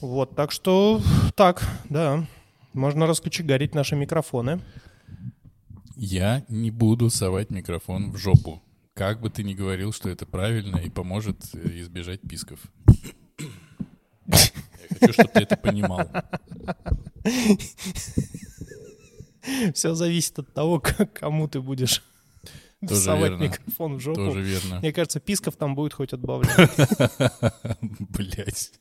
Вот, так что так, да. Можно раскочегарить наши микрофоны. Я не буду совать микрофон в жопу. Как бы ты ни говорил, что это правильно и поможет избежать писков. Я хочу, чтобы ты это понимал. Все зависит от того, кому ты будешь Тоже совать верно. микрофон в жопу. Тоже верно. Мне кажется, писков там будет хоть отбавлять. Блять.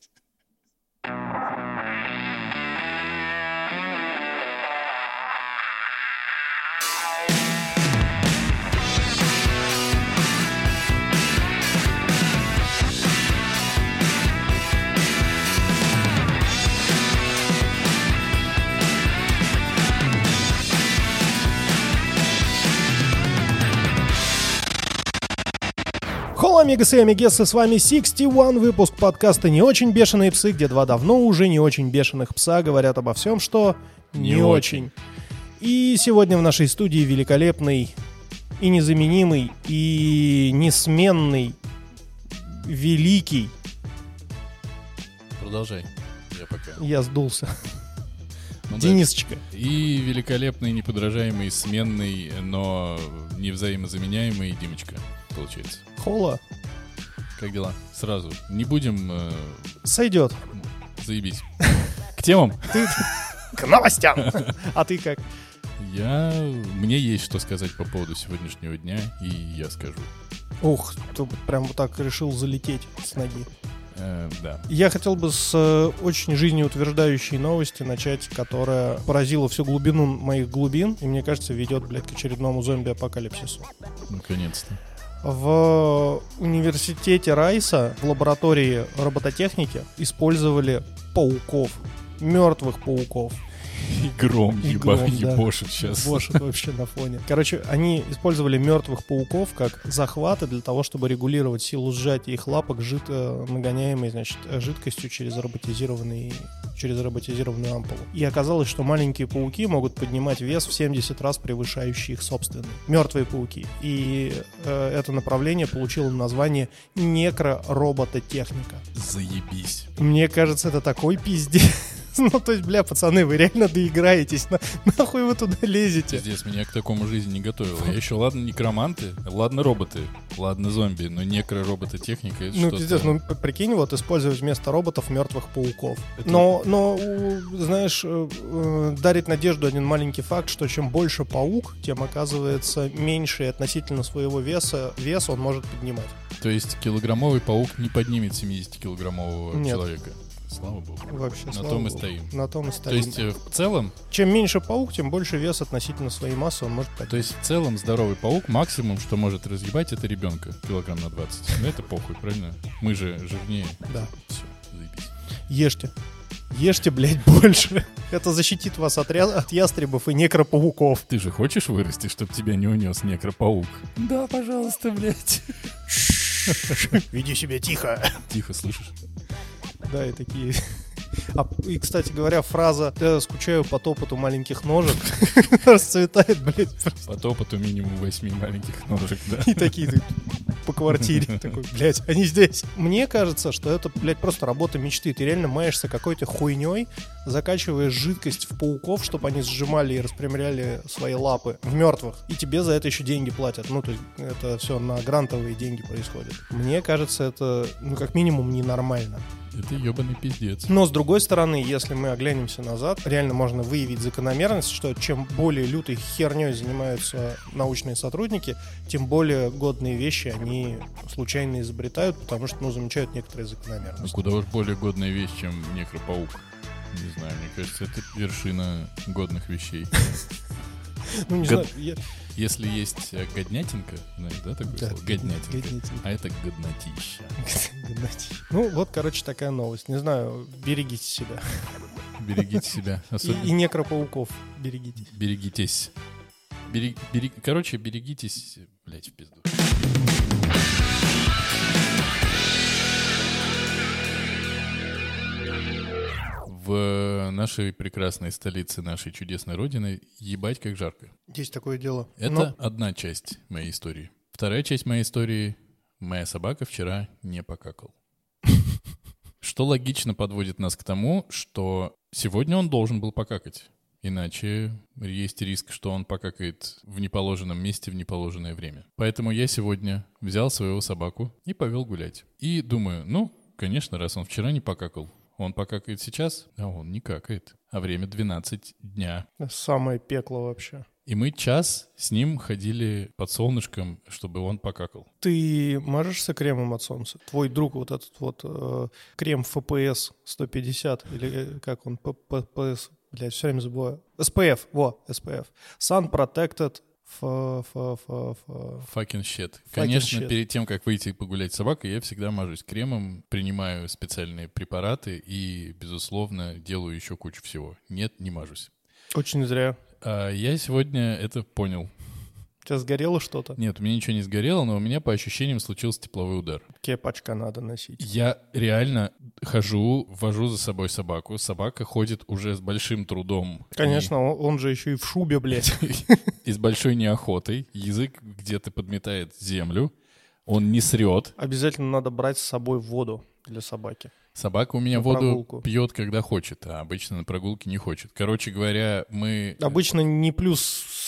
Холла, амигасы и амигессы, с вами 61 выпуск подкаста «Не очень бешеные псы», где два давно уже не очень бешеных пса говорят обо всем, что не очень. И сегодня в нашей студии великолепный и незаменимый, и несменный, великий. Продолжай. Я пока. Я сдулся. Ну да. Денисочка. И великолепный, неподражаемый, сменный, но невзаимозаменяемый Димочка, получается. Холла. Как дела? Сразу. Не будем... Сойдет. Заебись. К темам. К новостям. А ты как? Мне есть что сказать по поводу сегодняшнего дня, и я скажу. Ух, ты прям вот так решил залететь с ноги. Да. Я хотел бы с очень жизнеутверждающей новости начать, которая поразила всю глубину моих глубин, и, мне кажется, ведет, блядь, к очередному зомби-апокалипсису. Наконец-то. В университете Райса в лаборатории робототехники использовали пауков, мертвых пауков. И гром Да. ебошит сейчас. Ебошит вообще на фоне. Короче, они использовали мертвых пауков как захваты для того, чтобы регулировать силу сжатия их лапок, нагоняемой, значит, жидкостью через роботизированную ампулу. И оказалось, что маленькие пауки могут поднимать вес в 70 раз превышающий их собственный. Мертвые пауки. И это направление получило название некроробототехника. Заебись. Мне кажется, это такой пиздец. Ну, то есть, бля, пацаны, вы реально доиграетесь. Нахуй вы туда лезете? Пиздец, меня к такому жизнь не готовила. Я еще, ладно, некроманты, ладно, роботы, ладно, зомби, но некроробототехника — это что-то... Пиздец, прикинь, вот использовать вместо роботов мертвых пауков. Это... Но, знаешь, дарит надежду один маленький факт, что чем больше паук, тем, оказывается, меньше относительно своего веса он может поднимать. То есть килограммовый паук не поднимет 70-килограммового Нет. человека? Слава богу. Вообще, На слава том и богу. стоим. На том и То стоим. есть в целом... Чем меньше паук, тем больше вес относительно своей массы он может поднять. То есть в целом здоровый паук максимум, что может разъебать, это ребенка. Килограмм на 20. Но это похуй, правильно? Мы же жирнее. Да. Все, заебись. Ешьте. Ешьте, блядь, больше. Это защитит вас от ястребов и некропауков. Ты же хочешь вырасти, чтобы тебя не унес некропаук? Да, пожалуйста, блядь. Веди себя тихо. Тихо, слышишь? Да, и такие... И, кстати говоря, фраза «я скучаю по топоту маленьких ножек» расцветает, блядь. По топоту минимум 8 маленьких ножек, да. И такие по квартире. Такой, блядь, они здесь. Мне кажется, что это, блядь, просто работа мечты. Ты реально маешься какой-то хуйней, закачиваешь жидкость в пауков, чтобы они сжимали и распрямляли свои лапы в мертвых. И тебе за это еще деньги платят. Ну, то есть это все на грантовые деньги происходит. Мне кажется, это, как минимум, ненормально. Это ебаный пиздец. Но, с другой стороны, если мы оглянемся назад, реально можно выявить закономерность, что чем более лютой херней занимаются научные сотрудники, тем более годные вещи они случайно изобретают, потому что, замечают некоторые закономерности. Ну, куда уж более годная вещь, чем некропаук. Не знаю, мне кажется, это вершина годных вещей. Ну, не знаю, Если есть годнятинка, знаешь, да, такое слово? Годнятинка. А это годнотища. Ну, вот, короче, такая новость. Не знаю, берегите себя. Берегите себя. И некропауков берегитесь. Берегитесь. Короче, берегитесь, блядь, в пизду. В нашей прекрасной столице, нашей чудесной родины, ебать как жарко. Есть такое дело. Это одна часть моей истории. Вторая часть моей истории — моя собака вчера не покакал. Что логично подводит нас к тому, что сегодня он должен был покакать. Иначе есть риск, что он покакает в неположенном месте в неположенное время. Поэтому я сегодня взял своего собаку и повел гулять. И думаю, конечно, раз он вчера не покакал, он покакает сейчас, а он не какает. А время 12 дня. Самое пекло вообще. И мы час с ним ходили под солнышком, чтобы он покакал. Ты мажешься кремом от солнца? Твой друг вот этот крем FPS 150, или как он, ППС, блядь, все время забываю. SPF, SPF. Sun Protected Fucking shit. Конечно, перед тем, как выйти погулять с собакой, я всегда мажусь кремом, принимаю специальные препараты и, безусловно, делаю еще кучу всего. Нет, не мажусь. Очень зря. Я сегодня это понял. У тебя сгорело что-то? Нет, у меня ничего не сгорело, но у меня по ощущениям случился тепловой удар. Кепочка надо носить. Я реально вожу за собой собаку. Собака ходит уже с большим трудом. Конечно, он же еще и в шубе, блядь. И с большой неохотой. Язык где-то подметает землю. Он не срет. Обязательно надо брать с собой воду для собаки. Собака у меня воду пьет, когда хочет, а обычно на прогулке не хочет. Короче говоря, мы... Обычно не плюс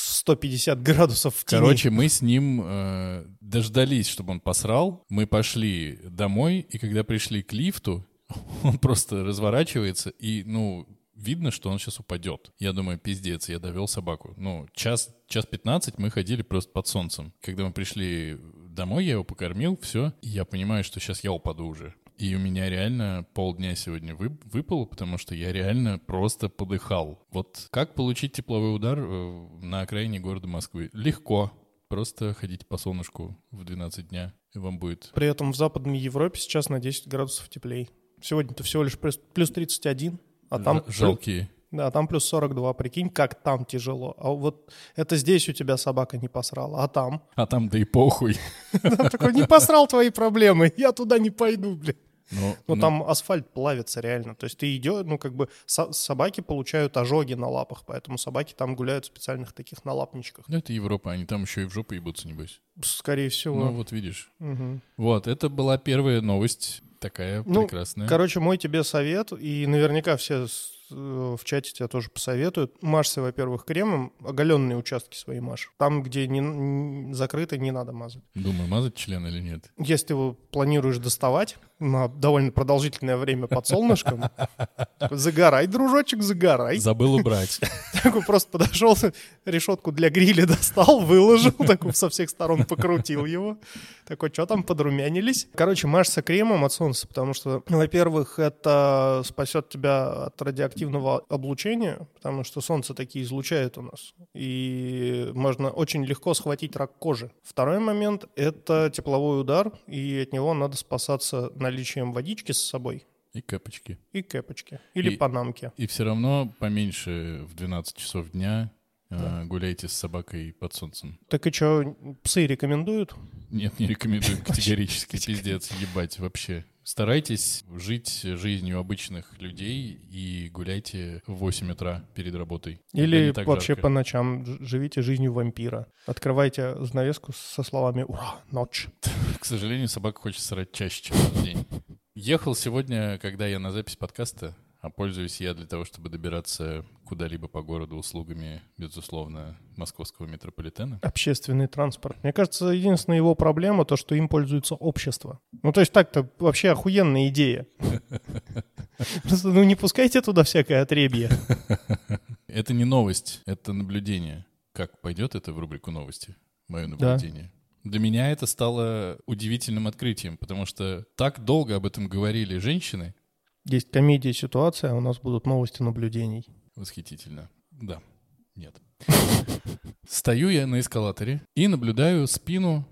150 градусов в тени. Короче, мы с ним дождались, чтобы он посрал. Мы пошли домой, и когда пришли к лифту, он просто разворачивается, и, видно, что он сейчас упадет. Я думаю, пиздец, я довел собаку. Час 15 мы ходили просто под солнцем. Когда мы пришли домой, я его покормил, все. И я понимаю, что сейчас я упаду уже. И у меня реально полдня сегодня выпало, потому что я реально просто подыхал. Вот как получить тепловой удар на окраине города Москвы? Легко. Просто ходите по солнышку в 12 дня, и вам будет... При этом в Западной Европе сейчас на 10 градусов теплее. Сегодня-то всего лишь плюс 31, а там... Жалкие. Да, там плюс 42. Прикинь, как там тяжело. А вот это здесь у тебя собака не посрала, а там? А там да и похуй. Там такой, не посрал твои проблемы, я туда не пойду, блин. Но там асфальт плавится реально. То есть ты идешь, собаки получают ожоги на лапах, поэтому собаки там гуляют в специальных таких налапничках. Это Европа, они там еще и в жопу ебутся, небось. Скорее всего. Вот видишь. Угу. Вот, это была первая новость, такая прекрасная. Короче, мой тебе совет, и наверняка все в чате тебя тоже посоветуют. Мажься, во-первых, кремом, оголенные участки свои мажь. Там, где закрыто, не надо мазать. Думаю, мазать член или нет? Если ты его планируешь доставать на довольно продолжительное время под солнышком, загорай, дружочек, загорай. Забыл убрать. Такой просто подошел, решетку для гриля достал, выложил, такой со всех сторон покрутил его. Такой, что там, подрумянились? Короче, мажься кремом от солнца, потому что, во-первых, это спасет тебя от радиоактивного облучения, потому что солнце такие излучает у нас, и можно очень легко схватить рак кожи. Второй момент — это тепловой удар, и от него надо спасаться наличием водички с собой. И кэпочки. Или панамки. И все равно поменьше в 12 часов дня гуляйте с собакой под солнцем. Так и что, псы рекомендуют? Нет, не рекомендую категорически. Пиздец, ебать, вообще. Старайтесь жить жизнью обычных людей и гуляйте в 8 утра перед работой. Или вообще по ночам живите жизнью вампира. Открывайте занавеску со словами «Ура, ночь». К сожалению, собака хочет срать чаще, чем в день. Ехал сегодня, когда я на запись подкаста, а пользуюсь я для того, чтобы добираться куда-либо по городу услугами, безусловно, московского метрополитена. Общественный транспорт. Мне кажется, единственная его проблема — то, что им пользуется общество. То есть так-то вообще охуенная идея. Просто, не пускайте туда всякое отребье. Это не новость, это наблюдение. Как пойдет это в рубрику новости? Мое наблюдение. Да. Для меня это стало удивительным открытием, потому что так долго об этом говорили женщины. Есть комедия «Ситуация», а у нас будут новости наблюдений. Восхитительно. Да. Нет. Стою я на эскалаторе и наблюдаю спину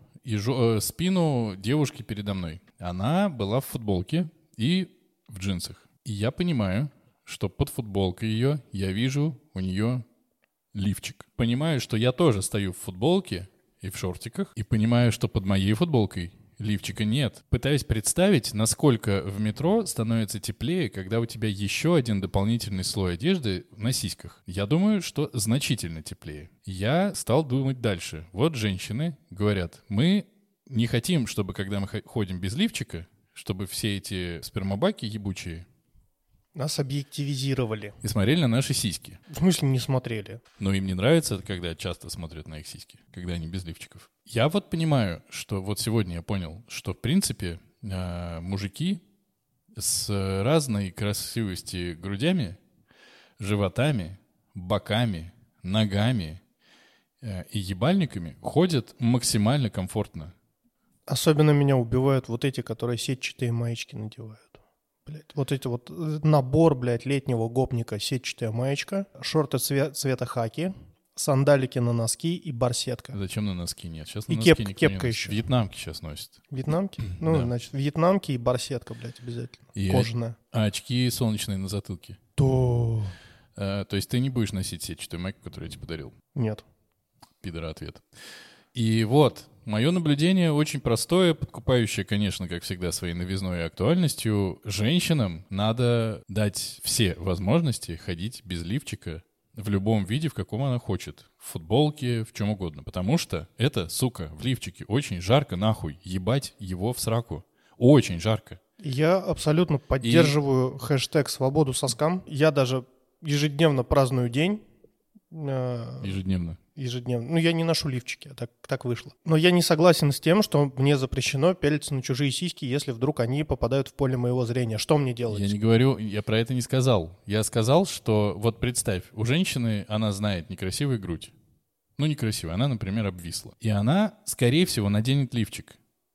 девушки передо мной. Она была в футболке и в джинсах. И я понимаю, что под футболкой ее я вижу у нее лифчик. Понимаю, что я тоже стою в футболке и в шортиках. И понимаю, что под моей футболкой лифчика нет. Пытаюсь представить, насколько в метро становится теплее, когда у тебя еще один дополнительный слой одежды на сиськах. Я думаю, что значительно теплее. Я стал думать дальше. Вот женщины говорят, мы не хотим, чтобы когда мы ходим без лифчика, чтобы все эти спермобаки ебучие Нас объективизировали. и смотрели на наши сиськи. В смысле не смотрели? Но им не нравится, когда часто смотрят на их сиськи, когда они без лифчиков. Я вот понимаю, что вот сегодня я понял, что в принципе мужики с разной красивости грудями, животами, боками, ногами и ебальниками ходят максимально комфортно. Особенно меня убивают вот эти, которые сетчатые маечки надевают. Блядь, вот эти вот набор, блядь, летнего гопника, сетчатая маечка, шорты цвета хаки, сандалики на носки и барсетка. Зачем на носки нет? Сейчас на И носки никто не кепка носит. еще. Вьетнамки сейчас носят. Вьетнамки? Ну, Да. значит, вьетнамки и барсетка, блядь, обязательно. И Кожаная. А очки солнечные на затылке. То... То есть ты не будешь носить сетчатую майку, которую я тебе подарил. Нет. Пидора ответ. И вот, мое наблюдение очень простое, подкупающее, конечно, как всегда, своей новизной и актуальностью. Женщинам надо дать все возможности ходить без лифчика в любом виде, в каком она хочет. В футболке, в чем угодно. Потому что это, сука, в лифчике очень жарко нахуй. Ебать его в сраку. Очень жарко. Я абсолютно поддерживаю хэштег «Свободу соскам». Я даже ежедневно праздную день. Ежедневно. Ежедневно. Ну, я не ношу лифчики, а так вышло. Но я не согласен с тем, что мне запрещено пялиться на чужие сиськи, если вдруг они попадают в поле моего зрения. Что мне делать? Я не говорю, я про это не сказал. Я сказал, что вот представь, у женщины, она знает некрасивую грудь. Ну, некрасивая, она, например, обвисла. И она, скорее всего, наденет лифчик,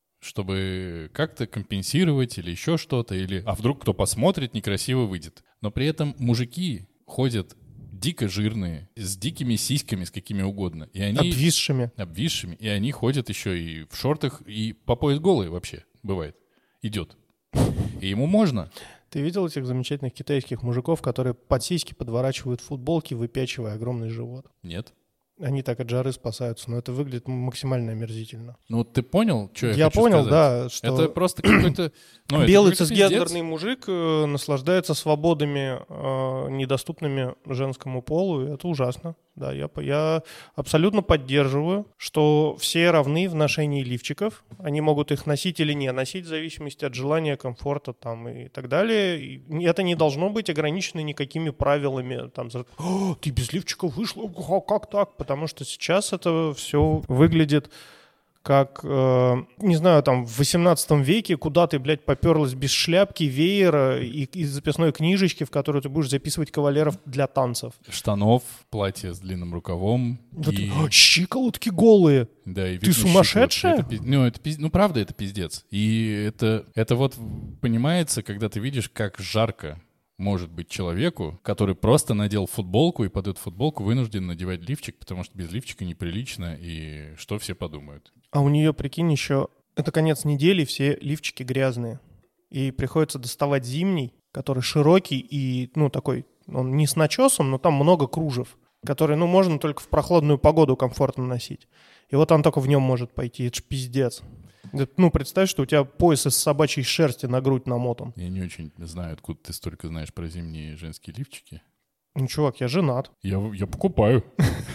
чтобы как-то компенсировать или еще что-то, или... А вдруг кто посмотрит, некрасиво выйдет. Но при этом мужики ходят дико жирные, с дикими сиськами, с какими угодно. И они... Обвисшими. И они ходят еще и в шортах, и по пояс голые вообще, бывает. Идет. И ему можно. Ты видел этих замечательных китайских мужиков, которые под сиськи подворачивают футболки, выпячивая огромный живот? Нет. Они так от жары спасаются, но это выглядит максимально омерзительно. Ну вот ты понял, что я хочу понял, сказать? да. Что это просто какой-то... Ну, белый это какой-то цисгендерный пиздец. мужик наслаждается свободами, недоступными женскому полу, и это ужасно. Да, я абсолютно поддерживаю, что все равны в ношении лифчиков. Они могут их носить или не носить, в зависимости от желания, комфорта там, и так далее. И это не должно быть ограничено никакими правилами. Там, ты без лифчика вышла, как так? Потому что сейчас это все выглядит как, не знаю, там в 18 веке, куда ты, блядь, поперлась без шляпки, веера и записной книжечки, в которую ты будешь записывать кавалеров для танцев. Штанов, платье с длинным рукавом. Вот, и... щиколотки голые. Да, и Ты видно сумасшедшая? щиколотки. Ну, правда, это пиздец. И это вот понимается, когда ты видишь, как жарко может быть человеку, который просто надел футболку и под эту футболку вынужден надевать лифчик, потому что без лифчика неприлично, и что все подумают. А у нее, прикинь, еще это конец недели, все лифчики грязные. И приходится доставать зимний, который широкий и, ну, такой, он не с начесом, но там много кружев, который, ну, можно только в прохладную погоду комфортно носить. И вот он только в нем может пойти. Это ж пиздец. Ну, представь, что у тебя пояс из собачьей шерсти на грудь намотан. Я не очень знаю, откуда ты столько знаешь про зимние женские лифчики. Ну, чувак, я женат. Я покупаю.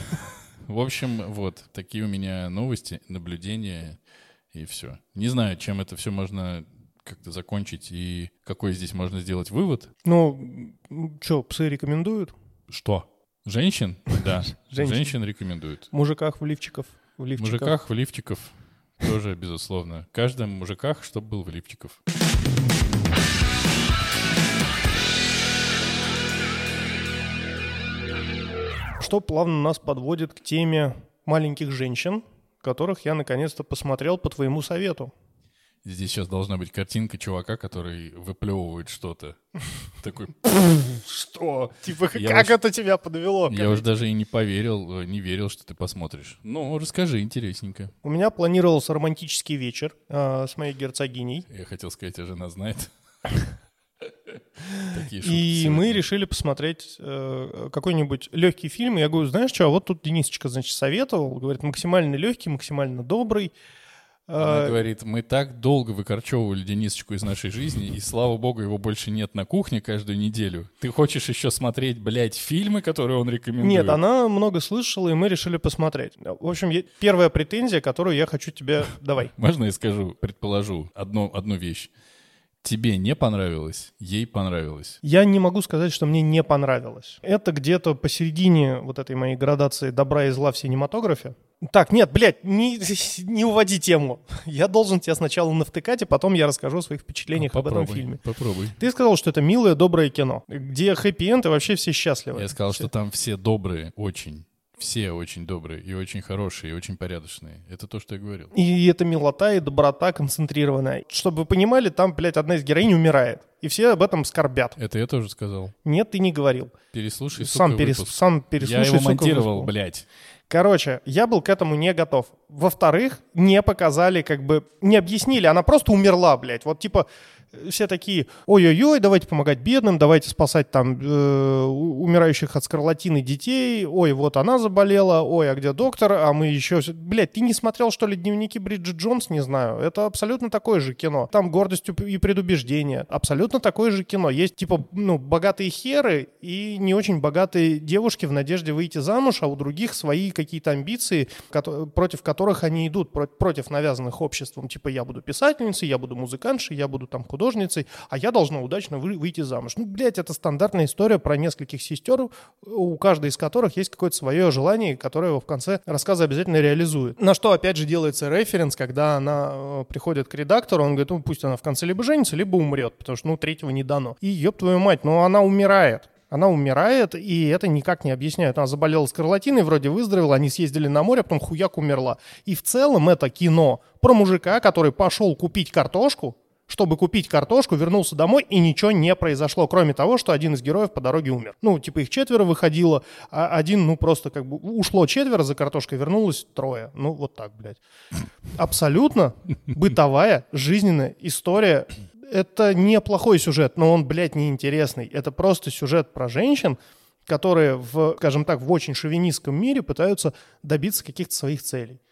В общем, вот, такие у меня новости, наблюдения и все. Не знаю, чем это все можно как-то закончить и какой здесь можно сделать вывод. Ну, что, псы рекомендуют? Что? Женщин? Да. Женщин. Женщин рекомендуют. Мужиках в лифчиках. В лифчиках. Мужиках в лифчиков тоже, безусловно. Каждом мужиках, чтобы был в лифчиков. Что плавно нас подводит к теме маленьких женщин, которых я наконец-то посмотрел по твоему совету. Здесь сейчас должна быть картинка чувака, который выплевывает что-то. Такой, что? Типа, Я как уж- это тебя подвело? Я уже даже и не верил, что ты посмотришь. Ну, расскажи, интересненько. У меня планировался романтический вечер с моей герцогиней. Я хотел сказать, а жена знает. Такие шутки И сегодня. мы решили посмотреть какой-нибудь легкий фильм. Я говорю, знаешь что, а вот тут Денисочка, значит, советовал. Говорит, максимально легкий, максимально добрый. Она говорит, мы так долго выкорчевывали Денисочку из нашей жизни, и, слава богу, его больше нет на кухне каждую неделю. Ты хочешь еще смотреть, блядь, фильмы, которые он рекомендует? Нет, она много слышала, и мы решили посмотреть. В общем, первая претензия, которую я хочу тебе... Давай. Можно я скажу, предположу одну вещь? Тебе не понравилось, ей понравилось. Я не могу сказать, что мне не понравилось. Это где-то посередине вот этой моей градации добра и зла в синематографе. Так, нет, блядь, не уводи тему. Я должен тебя сначала навтыкать, а потом я расскажу о своих впечатлениях об этом фильме. Попробуй. Ты сказал, что это милое, доброе кино, где хэппи-энд и вообще все счастливы. Я сказал, что там все добрые, очень. Все очень добрые и очень хорошие, и очень порядочные. Это то, что я говорил. И это милота и доброта концентрированная. Чтобы вы понимали, там, блядь, одна из героинь умирает. И все об этом скорбят. Это я тоже сказал. Нет, ты не говорил. Переслушай, Сам сука, выпуск. переслушай, Я его сука, монтировал, выпуск. блядь. Короче, я был к этому не готов. Во-вторых, не показали, как бы, не объяснили, она просто умерла, блядь. Вот типа все такие, ой-ой-ой, давайте помогать бедным, давайте спасать там умирающих от скарлатины детей, ой, вот она заболела, ой, а где доктор, а мы еще... Блядь, ты не смотрел, что ли, дневники Бриджит Джонс? Не знаю. Это абсолютно такое же кино. Там гордость и предубеждение. Абсолютно такое же кино. Есть, типа, богатые херы и не очень богатые девушки в надежде выйти замуж, а у других свои какие-то амбиции, против которых они идут, против навязанных обществом. Типа, я буду писательницей, я буду музыкантшей, я буду там художницей, а я должна удачно выйти замуж. Блядь, это стандартная история про нескольких сестер, у каждой из которых есть какое-то свое желание, которое его в конце рассказа обязательно реализует. На что, опять же, делается референс, когда она приходит к редактору, он говорит, пусть она в конце либо женится, либо умрет, потому что, третьего не дано. И, ёб твою мать, она умирает. Она умирает, и это никак не объясняют. Она заболела скарлатиной, вроде выздоровела, они съездили на море, а потом хуяк умерла. И в целом это кино про мужика, который пошел купить картошку, чтобы купить картошку, вернулся домой, и ничего не произошло, кроме того, что один из героев по дороге умер. Их 4 выходило, а один, просто как бы ушло 4 за картошкой, вернулось 3. Вот так, блядь. Абсолютно бытовая, жизненная история. Это неплохой сюжет, но он, блядь, неинтересный. Это просто сюжет про женщин, которые в очень шовинистском мире пытаются добиться каких-то своих целей.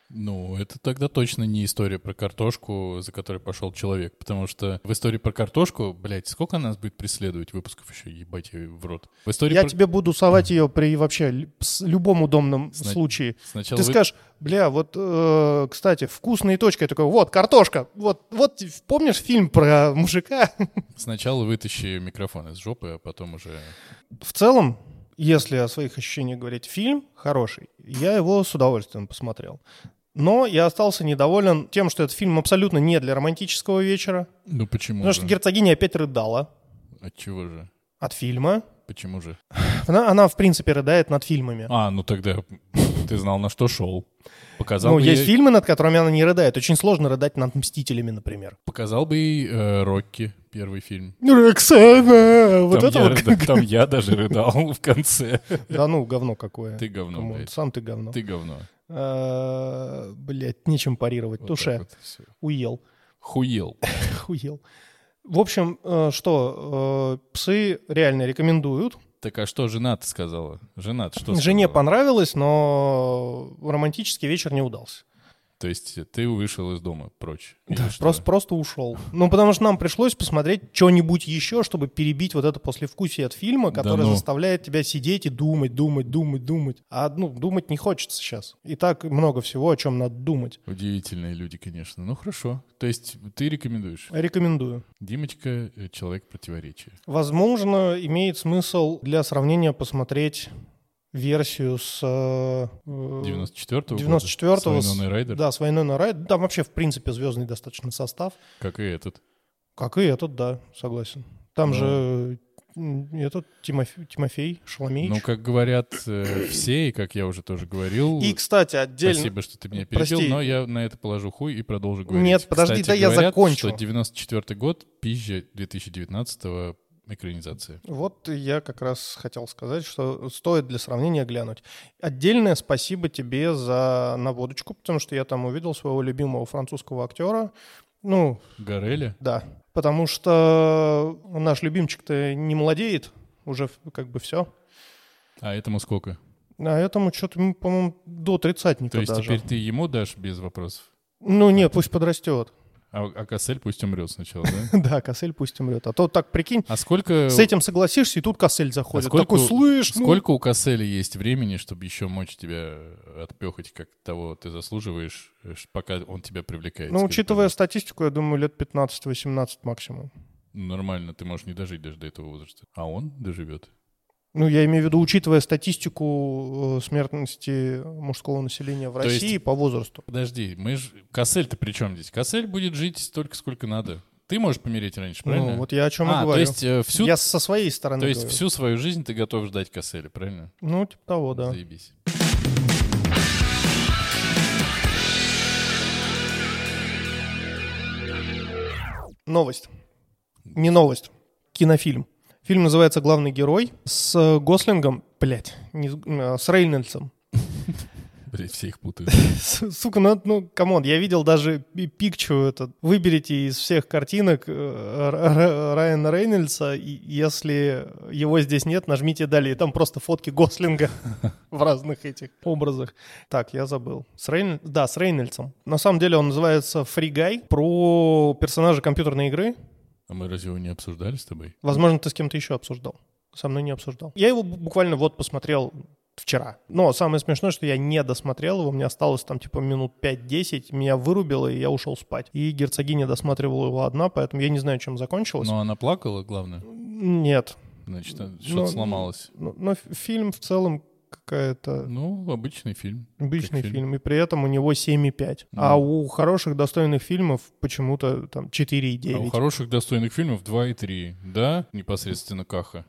Это тогда точно не история про картошку, за которой пошел человек. Потому что в истории про картошку, блядь, сколько нас будет преследовать выпусков еще, ебать ее в рот. Я тебе буду совать ее при вообще любом удобном случае. Ты скажешь, кстати, вкусная точка. Я такой, вот, картошка. Вот, помнишь фильм про мужика? Сначала вытащи микрофон из жопы, а потом уже... В целом, если о своих ощущениях говорить, фильм хороший. Я его с удовольствием посмотрел. Но я остался недоволен тем, что этот фильм абсолютно не для романтического вечера. Почему? Потому что герцогиня опять рыдала. От чего же? От фильма. Почему же? Она в принципе, рыдает над фильмами. Тогда ты знал, на что шел. Показал есть фильмы, над которыми она не рыдает. Очень сложно рыдать над «Мстителями», например. Показал бы ей «Рокки», первый фильм. Роксана! Там я даже рыдал в конце. Да говно какое. Ты говно, блядь. Сам ты говно. Ты говно. Блядь, нечем парировать. Туше. Уел. Хуел. В общем, псы реально рекомендуют. Так а что жена-то сказала? Женат что сказала? Жене понравилось, но романтический вечер не удался. То есть ты вышел из дома прочь? Да, просто ушел. Потому что нам пришлось посмотреть что-нибудь еще, чтобы перебить вот это послевкусие от фильма, которое заставляет тебя сидеть и думать. А думать не хочется сейчас. И так много всего, о чем надо думать. Удивительные люди, конечно. Хорошо. То есть ты рекомендуешь? Рекомендую. Димочка — человек противоречия. Возможно, имеет смысл для сравнения посмотреть... версию с 94-го 94-го с Вайноной Райдер? Да, с Вайноной Райдер. Там вообще, в принципе, звездный достаточно состав. Как и этот. Да, согласен. Там же этот Тимофей Шаламеевич. Как говорят все, и как я уже тоже говорил... И, кстати, отдельно... Спасибо, что ты меня перебил, но я на это положу хуй и продолжу говорить. Нет, подожди, кстати, я закончу. Что 94-й год, пизжа 2019-го экранизация. Вот я как раз хотел сказать, что стоит для сравнения глянуть. Отдельное спасибо тебе за наводочку, потому что я там увидел своего любимого французского актера. Гареля? Да, потому что наш любимчик-то не молодеет, уже как бы все. А этому сколько? А этому что-то, по-моему, до 30-ника То есть даже. теперь ты ему дашь без вопросов? Нет, пусть подрастет. А коссель пусть умрет сначала, да? Да, коссель пусть умрет. А то так, прикинь, А сколько... с этим согласишься, и тут коссель заходит. Такой, слышь, сколько у косселя есть времени, чтобы еще мочь тебя отпехать, как того ты заслуживаешь, пока он тебя привлекает? Ну, учитывая статистику, я думаю, лет 15-18 максимум. Нормально, ты можешь не дожить даже до этого возраста. А он доживет. Ну, я имею в виду, учитывая статистику смертности мужского населения в России по возрасту. Подожди, коссель-то при чем здесь? Коссель будет жить столько, сколько надо. Ты можешь помереть раньше, правильно? Ну, вот я о чем и говорю. То есть я со своей стороны То есть говорю. всю свою жизнь ты готов ждать косселя, правильно? Ну, типа того, да. Заебись. Новость. Не новость. Кинофильм. Фильм называется «Главный герой» с Гослингом, с Рейнольдсом. Блять, все их путают. Сука, ну, камон, я видел даже пикчу этот. Выберите из всех картинок Райана Рейнольдса, и если его здесь нет, нажмите «Далее». Там просто фотки Гослинга в разных этих образах. Так, я забыл. С Рейнольдсом. На самом деле он называется «Free Guy», про персонажа компьютерной игры. А мы разве его не обсуждали с тобой? Возможно, ты с кем-то еще обсуждал. Со мной не обсуждал. Я его буквально посмотрел вчера. Но самое смешное, что я не досмотрел его. Мне осталось там типа минут 5-10. Меня вырубило, и я ушел спать. И герцогиня досматривала его одна, поэтому я не знаю, чем закончилось. Но она плакала, главное? Нет. Значит, что-то сломалось. Но фильм в целом какая-то... Ну, обычный фильм. Обычный фильм. И при этом у него 7,5. А у хороших, достойных фильмов почему-то там 4,9. А у хороших, достойных фильмов 2,3. Да? Непосредственно Каха.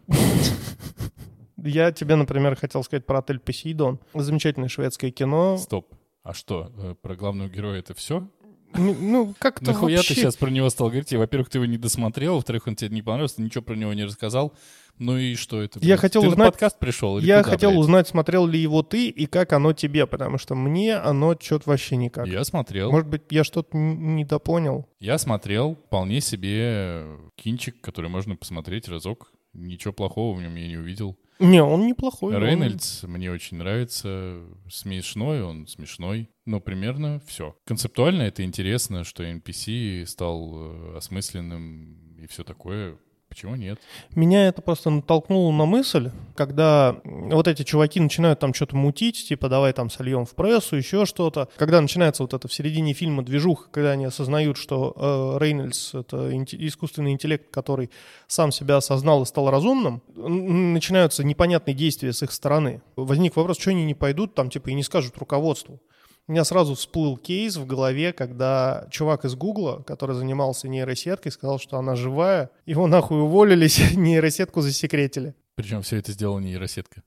Я тебе, например, хотел сказать про «Отель Посейдон». Замечательное шведское кино. Стоп. А что, про главного героя это все? Ну, как-то Нахуя вообще... ты сейчас про него стал говорить? Во-первых, ты его не досмотрел, во-вторых, он тебе не понравился, ты ничего про него не рассказал. Ну и что это? Я хотел ты узнать... на подкаст пришел? Или я куда, хотел блядь? узнать, смотрел ли его ты и как оно тебе, потому что мне оно что-то вообще никак. Я смотрел. Может быть, я что-то недопонял? Я смотрел вполне себе кинчик, который можно посмотреть разок. Ничего плохого в нем я не увидел. Не, он неплохой. Рейнольдс мне очень нравится. Смешной, он смешной. Но примерно все. Концептуально это интересно, что NPC стал осмысленным и все такое. Почему нет? Меня это просто натолкнуло на мысль, когда вот эти чуваки начинают там что-то мутить, типа давай там сольем в прессу, еще что-то. Когда начинается вот это в середине фильма движуха, когда они осознают, что Рейнольдс — это искусственный интеллект, который сам себя осознал и стал разумным, начинаются непонятные действия с их стороны. Возник вопрос, что они не пойдут там типа и не скажут руководству. У меня сразу всплыл кейс в голове, когда чувак из Гугла, который занимался нейросеткой, сказал, что она живая. Его нахуй уволились, нейросетку засекретили. Причем все это сделала нейросетка.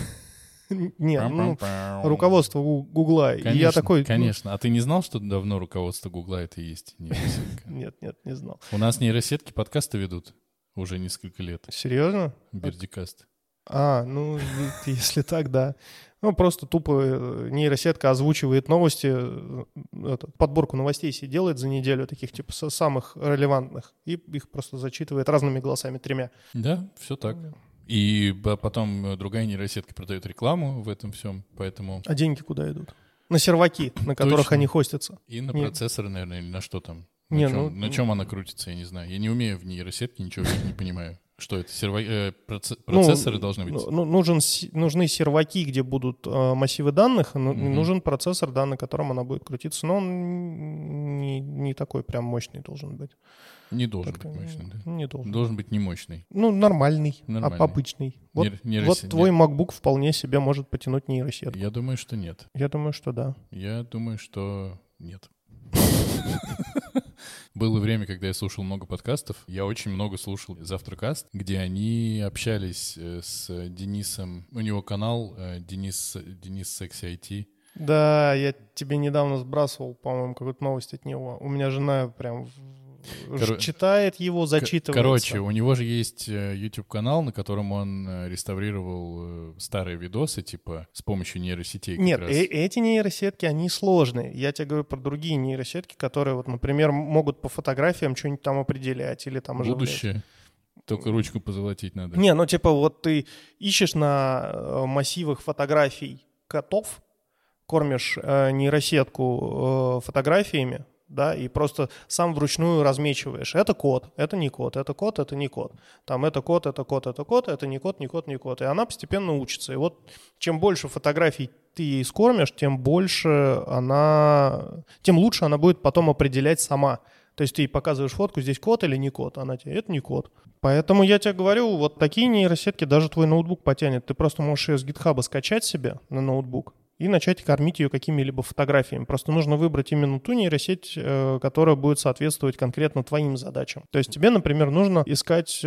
Нет, руководство Гугла. Конечно, и я такой, конечно. А ты не знал, что давно руководство Гугла это и есть нейросетка? Нет, не знал. У нас нейросетки подкасты ведут уже несколько лет. Серьезно? Бердикаст. Ну, если так, да. Ну, просто тупо нейросетка озвучивает новости, подборку новостей себе делает за неделю, таких типа самых релевантных, и их просто зачитывает разными голосами, 3. Да, все так. И потом другая нейросетка продает рекламу в этом всем, поэтому... А деньги куда идут? На серваки, на которых Точно. они хостятся. И на процессоры, наверное, или на что там. Не, На чем она крутится, я не знаю. Я не умею в нейросетке, ничего не понимаю. Что это? Процессоры должны быть? Нужны серваки, где будут массивы данных, нужен процессор, да, на котором она будет крутиться, но он не такой прям мощный должен быть. Не должен быть мощный, да? Не должен. Должен быть не мощный. Ну, нормальный. Обычный. Вот твой MacBook вполне себе может потянуть нейросетку. Я думаю, что нет. Я думаю, что да. Я думаю, что нет. Было время, когда я слушал много подкастов. Я очень много слушал Завтракаст, где они общались с Денисом. У него канал Денис Sexy IT. Да, я тебе недавно сбрасывал, по-моему, какую-то новость от него. У меня жена прям читает его, зачитывается. Короче, у него же есть YouTube-канал, на котором он реставрировал старые видосы, типа, с помощью нейросетей. Нет, эти нейросетки, они сложные. Я тебе говорю про другие нейросетки, которые, вот, например, могут по фотографиям что-нибудь там определять или там оживлять. Будущее. Только ручку позолотить надо. Не, типа вот ты ищешь на массивах фотографий котов, кормишь нейросетку фотографиями, да, и просто сам вручную размечиваешь. Это код, это не код, это код, это не код. Там это код, это код, это код, это не код, не код, не код. И она постепенно учится. И вот чем больше фотографий ты ей скормишь, тем лучше она будет потом определять сама. То есть ты ей показываешь фотку, здесь код или не код, она тебе, это не код. Поэтому я тебе говорю, вот такие нейросетки даже твой ноутбук потянет. Ты просто можешь ее с GitHub скачать себе на ноутбук и начать кормить ее какими-либо фотографиями. Просто нужно выбрать именно ту нейросеть, которая будет соответствовать конкретно твоим задачам. То есть тебе, например, нужно искать...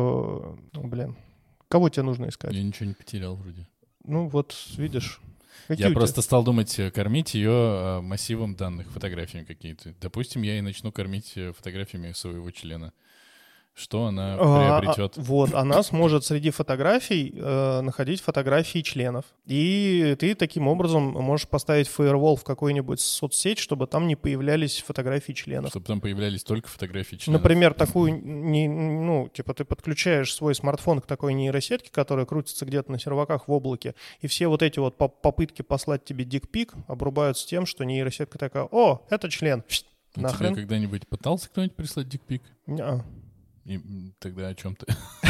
Кого тебе нужно искать? Я ничего не потерял вроде. Ну вот, видишь... Я просто стал думать, кормить ее массивом данных, фотографиями какие-то. Допустим, я и начну кормить фотографиями своего члена. Что она приобретет? Вот, она сможет среди фотографий находить фотографии членов. И ты таким образом можешь поставить фаервол в какую-нибудь соцсеть, чтобы там не появлялись фотографии членов. Чтобы там появлялись только фотографии членов. Например, ты подключаешь свой смартфон к такой нейросетке, которая крутится где-то на серваках в облаке, и все вот эти вот попытки послать тебе дикпик обрубаются тем, что нейросетка такая: «О, это член». Тебе когда-нибудь пытался кто-нибудь прислать дикпик? Не-а. И тогда о чем ты?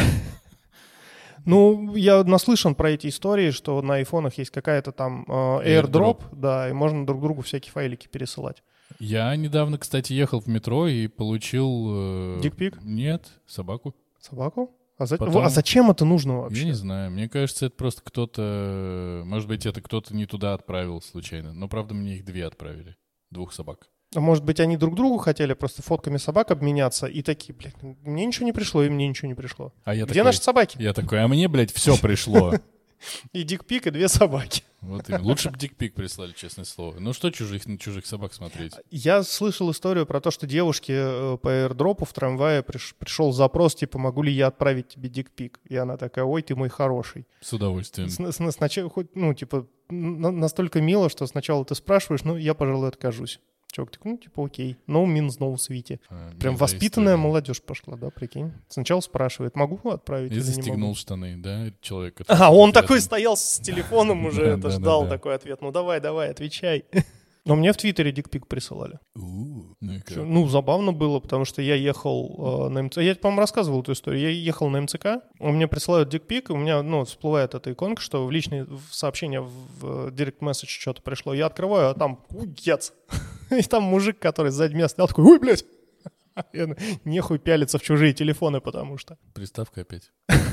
Ну, я наслышан про эти истории, что на айфонах есть какая-то там AirDrop, да, и можно друг другу всякие файлики пересылать. Я недавно, кстати, ехал в метро и получил... Дикпик? Нет, собаку. Собаку? А зачем это нужно вообще? Я не знаю. Мне кажется, это просто кто-то... Может быть, это кто-то не туда отправил случайно. Но, правда, мне их 2 отправили. 2 собак. А может быть, они друг другу хотели просто фотками собак обменяться и такие: блядь, мне ничего не пришло, и мне ничего не пришло. Где наши собаки? Я такой: а мне, блядь, все пришло. И дикпик, и 2 собаки. Вот именно. Лучше бы дикпик прислали, честное слово. Ну что на чужих собак смотреть? Я слышал историю про то, что девушке по аирдропу в трамвае пришел запрос, типа: могу ли я отправить тебе дикпик? И она такая: ой, ты мой хороший. С удовольствием. Сначала, настолько мило, что сначала ты спрашиваешь, я, пожалуй, откажусь. Чувак такой: окей, no means no, sweetie. Прям воспитанная молодежь пошла, да, прикинь. Сначала спрашивает: могу отправить или не могу? И застегнул штаны, да, человек. Он такой стоял с телефоном уже, ждал такой ответ. Ну давай, отвечай. Но мне в Твиттере дикпик присылали. Забавно было, потому что я ехал на МЦК. Я, по-моему, рассказывал эту историю. Я ехал на МЦК, мне присылают дикпик, и у меня, всплывает эта иконка, что в личные сообщения в Direct Message что-то пришло. Я открываю, а там угец. И там мужик, который сзади меня стоял, такой: ой, блядь. Нехуй пялиться в чужие телефоны, потому что... Приставка опять.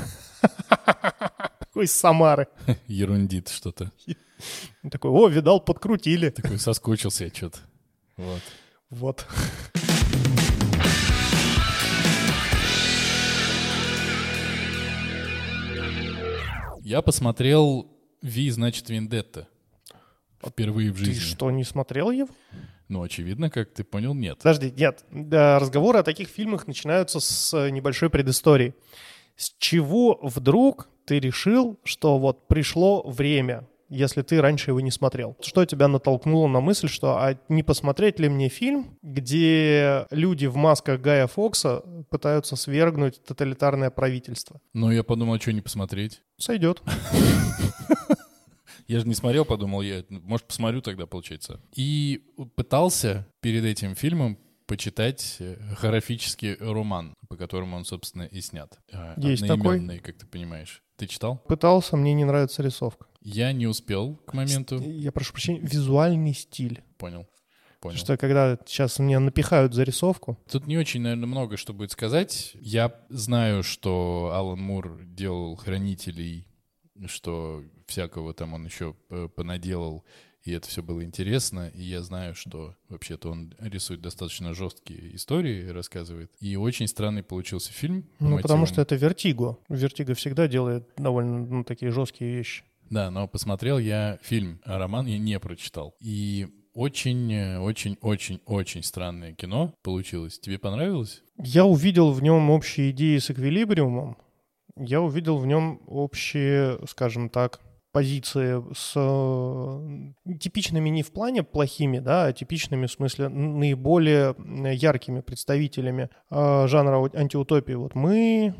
Такой из Самары. Ерундит что-то. Такой: видал, подкрутили. Такой соскучился я что-то. Вот. Я посмотрел «Ви, значит, Вендетта». Впервые в жизни. Ты что, не смотрел его? Очевидно, как ты понял, нет. Подожди, нет. Разговоры о таких фильмах начинаются с небольшой предыстории. С чего вдруг ты решил, что вот пришло время, если ты раньше его не смотрел? Что тебя натолкнуло на мысль, что не посмотреть ли мне фильм, где люди в масках Гая Фокса пытаются свергнуть тоталитарное правительство? Я подумал, что не посмотреть. Сойдет. Я же не смотрел, подумал, может, посмотрю тогда, получается. И пытался перед этим фильмом почитать графический роман, по которому он, собственно, и снят. Есть одноименный, такой. как ты понимаешь. Ты читал? Пытался, мне не нравится рисовка. Я не успел к моменту. Я прошу прощения, визуальный стиль. Понял. Что когда сейчас меня напихают за рисовку. Тут не очень, наверное, много что будет сказать. Я знаю, что Алан Мур делал «Хранителей», что всякого там он еще понаделал, и это все было интересно. И я знаю, что вообще-то он рисует достаточно жесткие истории, рассказывает. И очень странный получился фильм. Потому что это Вертиго. Вертиго всегда делает довольно такие жесткие вещи. Да, но посмотрел я фильм, а роман я не прочитал. И очень-очень-очень странное кино получилось. Тебе понравилось? Я увидел в нем общие идеи с «Эквилибриумом». Я увидел в нем общие, скажем так, позиции с типичными не в плане плохими, да, а типичными в смысле наиболее яркими представителями жанра антиутопии. Вот мы,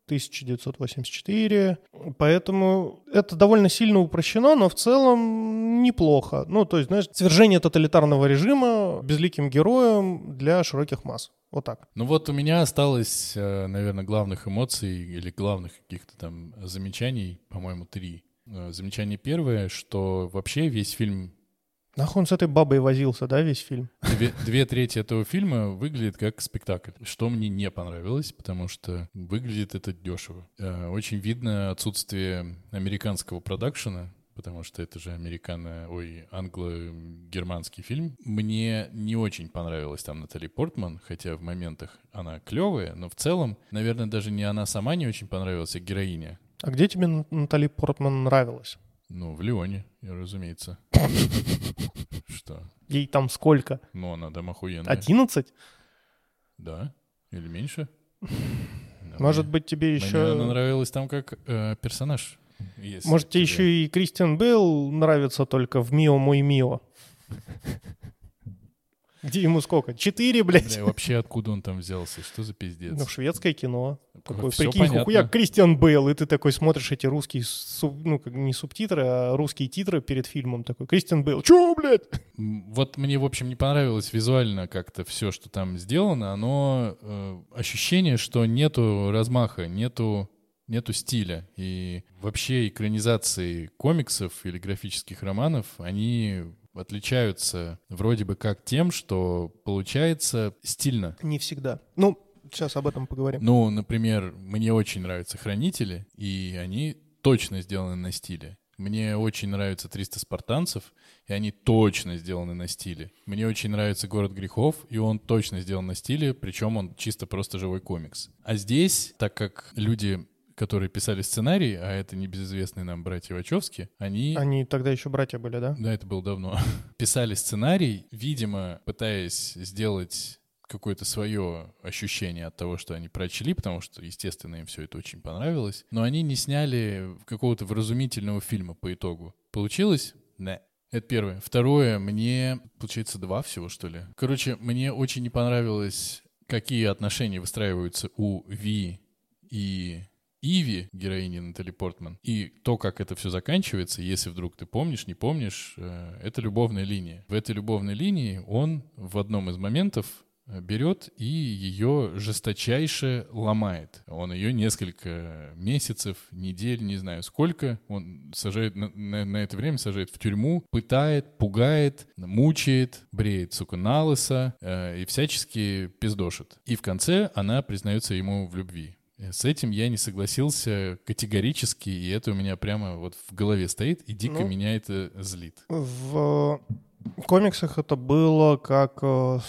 1984. Поэтому это довольно сильно упрощено, но в целом неплохо. Ну, то есть, знаешь, свержение тоталитарного режима безликим героем для широких масс. Вот так. Ну вот у меня осталось, наверное, главных эмоций или главных каких-то там замечаний, по-моему, 3. Замечание первое, что вообще весь фильм... Нахуй он с этой бабой возился, да, весь фильм? 2/3 этого фильма выглядит как спектакль, что мне не понравилось, потому что выглядит это дешево. Очень видно отсутствие американского продакшена, потому что это же англо-германский фильм. Мне не очень понравилась там Натали Портман, хотя в моментах она клевая, но в целом, наверное, даже не она сама не очень понравилась, а героиня. А где тебе Натали Портман нравилась? Ну, в Леоне, разумеется. Что? Ей там сколько? Ну, она там охуенная. 11? Да? Или меньше? Может быть, тебе еще... Мне она нравилась там как персонаж. Может, тебе еще и Кристиан Бейл нравится только в «Мио, мой Мио». Где ему сколько? 4, блядь? Бля, вообще откуда он там взялся? Что за пиздец? Ну, шведское кино. Такой, Всё прикинь, понятно. хуяк, Кристиан Бейл, и ты такой смотришь эти русские, ну, как не субтитры, а русские титры перед фильмом. Такой, Кристиан Бейл, чё, блядь? Вот мне, в общем, не понравилось визуально как-то все, что там сделано. Оно ощущение, что нету размаха, нету стиля. И вообще экранизации комиксов или графических романов, они отличаются вроде бы как тем, что получается стильно. Не всегда. Ну, сейчас об этом поговорим. Ну, например, мне очень нравятся «Хранители», и они точно сделаны на стиле. Мне очень нравится «300 спартанцев», и они точно сделаны на стиле. Мне очень нравится «Город грехов», и он точно сделан на стиле, причем он чисто просто живой комикс. А здесь, так как люди, которые писали сценарий, а это небезызвестные нам братья Вачовски, Они тогда еще братья были, да? Да, это было давно. Писали сценарий, видимо, пытаясь сделать какое-то свое ощущение от того, что они прочли, потому что, естественно, им все это очень понравилось. Но они не сняли какого-то вразумительного фильма по итогу. Получилось? Да. Это первое. Второе, мне, получается, 2 всего, что ли. Короче, мне очень не понравилось, какие отношения выстраиваются у Ви и Иви, героини Натали Портман, и то, как это все заканчивается, если вдруг ты помнишь, не помнишь, это любовная линия. В этой любовной линии он в одном из моментов берет и ее жесточайше ломает. Он ее несколько месяцев, недель, не знаю сколько, он сажает на это время сажает в тюрьму, пытает, пугает, мучает, бреет, сука, на лысо и всячески пиздошит. И в конце она признается ему в любви. С этим я не согласился категорически, и это у меня прямо вот в голове стоит, и дико меня это злит. В комиксах это было как...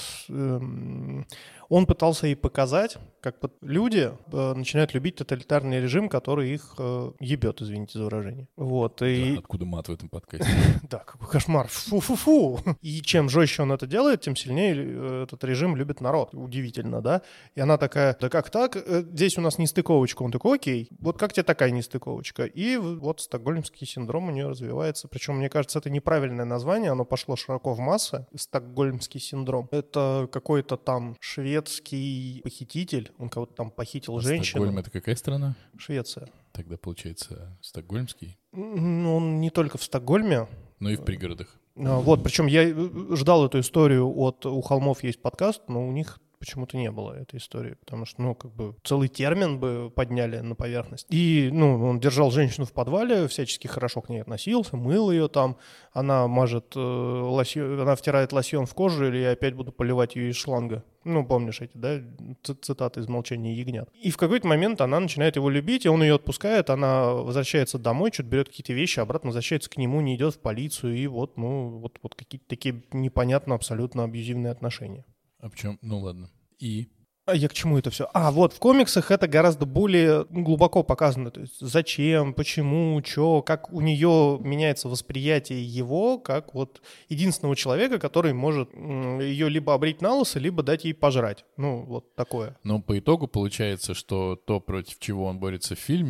Он пытался ей показать, как люди начинают любить тоталитарный режим, который их ебет, извините за выражение. Вот, и... Да, откуда мат в этом подкасте? Да, какой кошмар. Фу-фу-фу. И чем жестче он это делает, тем сильнее этот режим любит народ. Удивительно, да? И она такая, да как так? Здесь у нас нестыковочка. Он такой, окей, вот как тебе такая нестыковочка? И вот стокгольмский синдром у нее развивается. Причем, мне кажется, это неправильное название, оно пошло широко в массы. Стокгольмский синдром. Это какой-то там шведский похититель. Он кого-то там похитил женщину. Стокгольм — это какая страна? Швеция. Тогда, получается, стокгольмский? Ну, он не только в Стокгольме. Но и в пригородах. Вот, причем я ждал эту историю от «У холмов есть подкаст», но у них почему-то не было этой истории, потому что, ну, как бы целый термин бы подняли на поверхность. И, ну, он держал женщину в подвале, всячески хорошо к ней относился, мыл ее там, она мажет она втирает лосьон в кожу, или я опять буду поливать ее из шланга. Ну, помнишь эти, да, цитаты из «Молчания ягнят». И в какой-то момент она начинает его любить, и он ее отпускает, она возвращается домой, что-то берет какие-то вещи, обратно возвращается к нему, не идет в полицию, и вот, ну, вот какие-то такие непонятно абсолютно абьюзивные отношения. А в чем? Ну ладно. И? А я к чему это все? Вот в комиксах это гораздо более глубоко показано. То есть зачем, почему, что, как у нее меняется восприятие его, как вот единственного человека, который может ее либо обрить на лысо, либо дать ей пожрать. Ну, вот такое. Но по итогу получается, что то, против чего он борется в фильме,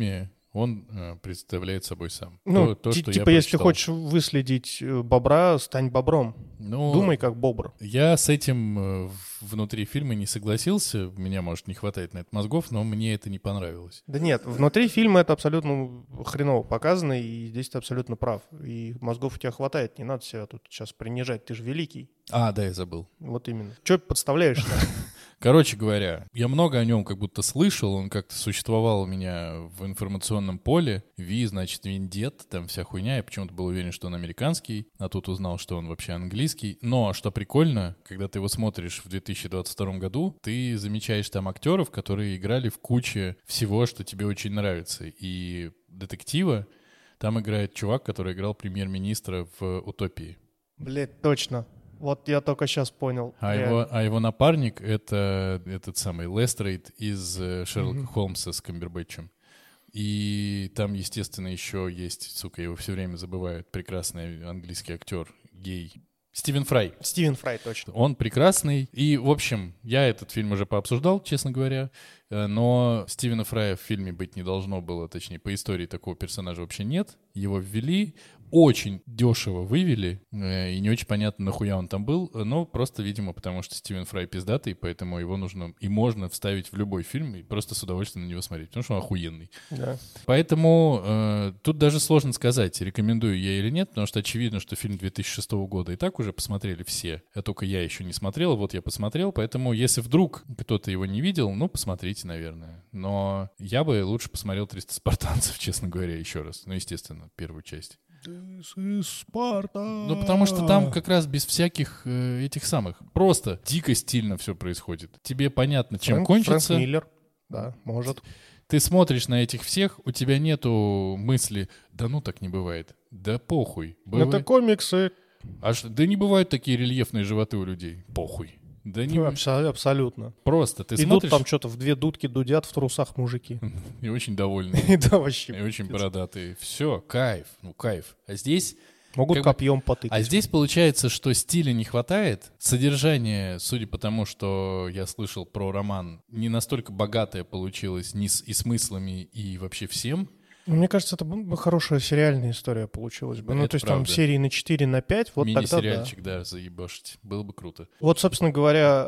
он представляет собой сам. Ну, То, что я типа, если ты прочитал. хочешь выследить бобра, стань бобром. Ну, Думай как бобр. я с этим внутри фильма не согласился. Меня, может, не хватает на это мозгов, но мне это не понравилось. Да нет, внутри фильма это абсолютно хреново показано, и здесь ты абсолютно прав. И мозгов у тебя хватает, не надо себя тут сейчас принижать, ты же великий. А, да, я забыл. Вот именно. Че подставляешься? Короче говоря, я много о нем как будто слышал, он как-то существовал у меня в информационном поле. Значит, Виндет, там вся хуйня. Я почему-то был уверен, что он американский, а тут узнал, что он вообще английский. Но, что прикольно, когда ты его смотришь в 2022 году, ты замечаешь там актеров, которые играли в куче всего, что тебе очень нравится. И детектива там играет чувак, который играл премьер-министра в «Утопии». Блять, точно. Вот я только сейчас понял. А его напарник — это этот самый Лестрейд из Шерлока Холмса с Камбербэтчем. И там, естественно, еще есть, сука, его все время забывают, прекрасный английский актер, гей. Стивен Фрай. Стивен Фрай, точно. Он прекрасный. И, в общем, я этот фильм уже пообсуждал, честно говоря. Но Стивена Фрая в фильме быть не должно было. Точнее, по истории такого персонажа вообще нет. Его ввели. Очень дешево вывели, и не очень понятно, нахуя он там был, но просто, видимо, потому что Стивен Фрай пиздатый, поэтому его нужно и можно вставить в любой фильм и просто с удовольствием на него смотреть, потому что он охуенный. Да. Поэтому тут даже сложно сказать, рекомендую я или нет, потому что очевидно, что фильм 2006 года и так уже посмотрели все, а только я еще не смотрел, вот я посмотрел, поэтому если вдруг кто-то его не видел, ну, посмотрите, наверное. Но я бы лучше посмотрел «300 спартанцев», честно говоря, еще раз. Ну, естественно, первую часть. This is Sparta. Ну, потому что там как раз без всяких этих самых. Просто дико стильно все происходит. Тебе понятно, чем кончится. Фрэнк Миллер, да, может. Ты смотришь на этих всех, у тебя нету мысли, да ну так не бывает. Да похуй. Это комиксы. Да не бывают такие рельефные животы у людей. Похуй. Да не... Абсолютно. Просто ты идут смотришь... там что-то в две дудки дудят в трусах мужики. И очень довольные. Да, вообще. И очень бородатые. Все, кайф. Ну, кайф. А здесь... Могут копьем потыкать. А здесь получается, что стиля не хватает. Содержание, судя по тому, что я слышал про роман, не настолько богатое получилось и смыслами, и вообще всем. Мне кажется, это бы хорошая сериальная история получилась бы. Ну, Это то есть правда. там серии на 4, на 5, вот тогда да. Мини-сериальчик, да, заебашить. Было бы круто. Вот, собственно говоря,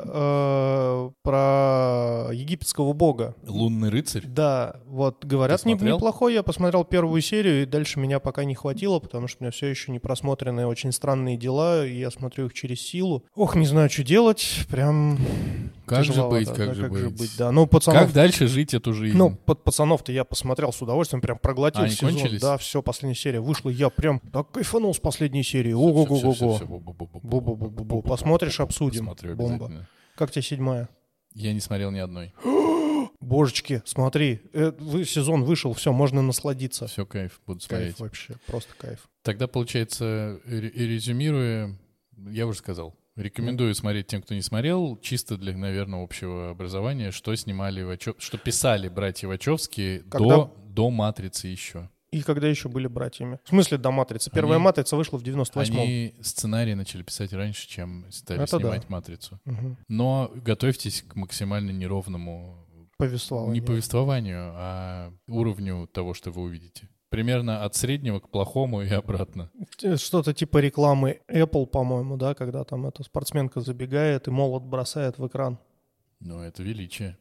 про египетского бога. «Лунный рыцарь»? Да, вот говорят, неплохой. Я посмотрел первую серию, и дальше меня пока не хватило, потому что у меня все еще не просмотрены «Очень странные дела», и я смотрю их через силу. Ох, не знаю, что делать, прям... Как же быть, как же быть. Да. Ну, пацанов... Как дальше жить эту жизнь? Ну, пацанов-то я посмотрел с удовольствием, прям проглотил они сезон. Кончились? Да, все, последняя серия вышла, я прям так кайфанул с последней серии. Ого-го-го-го. Бу-бу-бу-бу-бу. Посмотришь, обсудим. Посмотрю Бомба. Как тебе 7-я? Я не смотрел ни одной. Божечки, смотри, сезон вышел, все, можно насладиться. Все, кайф, буду смотреть. Кайф вообще, просто кайф. Тогда, получается, резюмируя, я уже сказал, рекомендую смотреть тем, кто не смотрел, чисто для, наверное, общего образования, что снимали что писали братья Вачовски до «Матрицы» еще. И когда еще были братьями? В смысле до «Матрицы»? Первая «Матрица» вышла в 98-м. Они сценарий начали писать раньше, чем стали снимать «Матрицу». Угу. Но готовьтесь к максимально неровному повествованию. Не повествованию, а уровню того, что вы увидите. Примерно от среднего к плохому и обратно. Что-то типа рекламы Apple, по-моему, да, когда там эта спортсменка забегает и молот бросает в экран. Ну, это величие.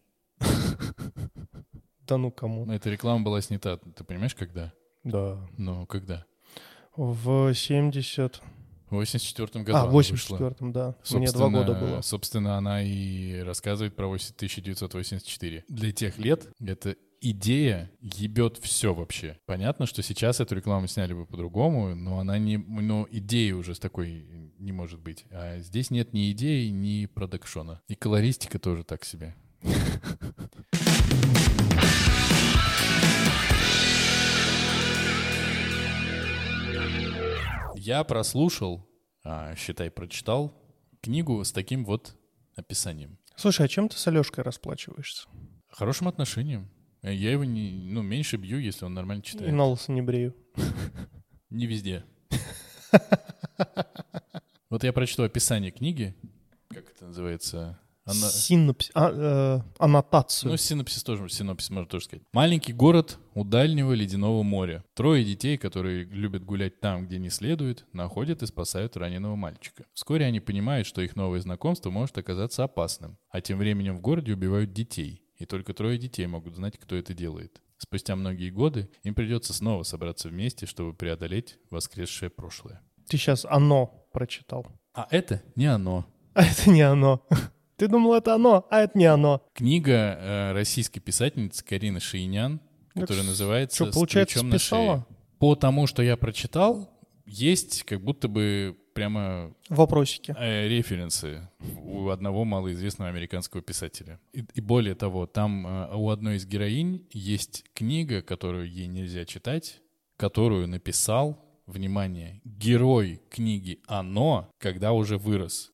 Да ну кому? Эта реклама была снята, ты понимаешь, когда? Да. Ну, когда? В 84-м году. В 84-м, да. Мне 2 года было. Собственно, она и рассказывает про 1984. Для тех лет это идея ебет все вообще. Понятно, что сейчас эту рекламу сняли бы по-другому, но она не... Ну, идеи уже с такой не может быть. А здесь нет ни идеи, ни продакшона. И колористика тоже так себе. Я прослушал, считай, прочитал книгу с таким вот описанием. Слушай, а чем ты с Алешкой расплачиваешься? Хорошим отношением. Я его меньше бью, если он нормально читает. И на лысо не брею. Не везде. Вот я прочту описание книги, как это называется, Аннотацию. Ну, синопсис можно тоже сказать. Маленький город у дальнего ледяного моря. 3 детей, которые любят гулять там, где не следует, находят и спасают раненого мальчика. Вскоре они понимают, что их новое знакомство может оказаться опасным. А тем временем в городе убивают детей. И только 3 детей могут знать, кто это делает. Спустя многие годы им придется снова собраться вместе, чтобы преодолеть воскресшее прошлое. Ты сейчас «Оно» прочитал. А это не оно. А это не оно. Ты думал, это оно, а это не оно. Книга российской писательницы Карины Шаинян, которая называется что, получается, «С ключом на шее». По тому, что я прочитал, есть как будто бы прямо вопросики, референсы у одного малоизвестного американского писателя. И более того, там у одной из героинь есть книга, которую ей нельзя читать, которую написал, внимание, герой книги «Оно», когда уже вырос.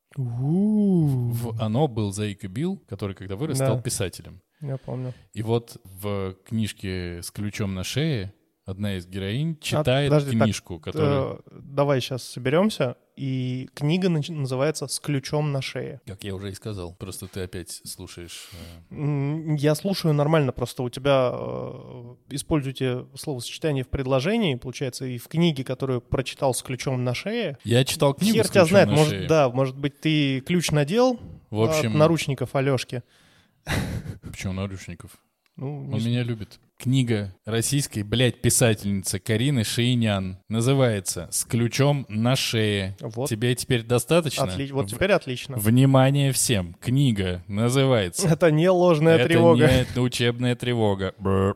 В «Оно» был Заика Билл, который, когда вырос, стал писателем. Я помню. И вот в книжке «С ключом на шее» одна из героинь читает книжку, которую... Давай сейчас соберемся, и книга называется «С ключом на шее». Как я уже и сказал, просто ты опять слушаешь... Я слушаю нормально, просто у тебя используйте словосочетание в предложении, получается, и в книге, которую прочитал «С ключом на шее». Я читал книгу «Хер «С ключом тебя знает», на шее». может быть, ты ключ надел в общем... от наручников Алёшки. Почему наручников? Он меня любит. Книга российской, писательницы Карины Шаинян называется «С ключом на шее». Вот. Тебе теперь достаточно? Вот теперь отлично. Внимание всем. Книга называется... Это не ложная тревога. Это не учебная тревога.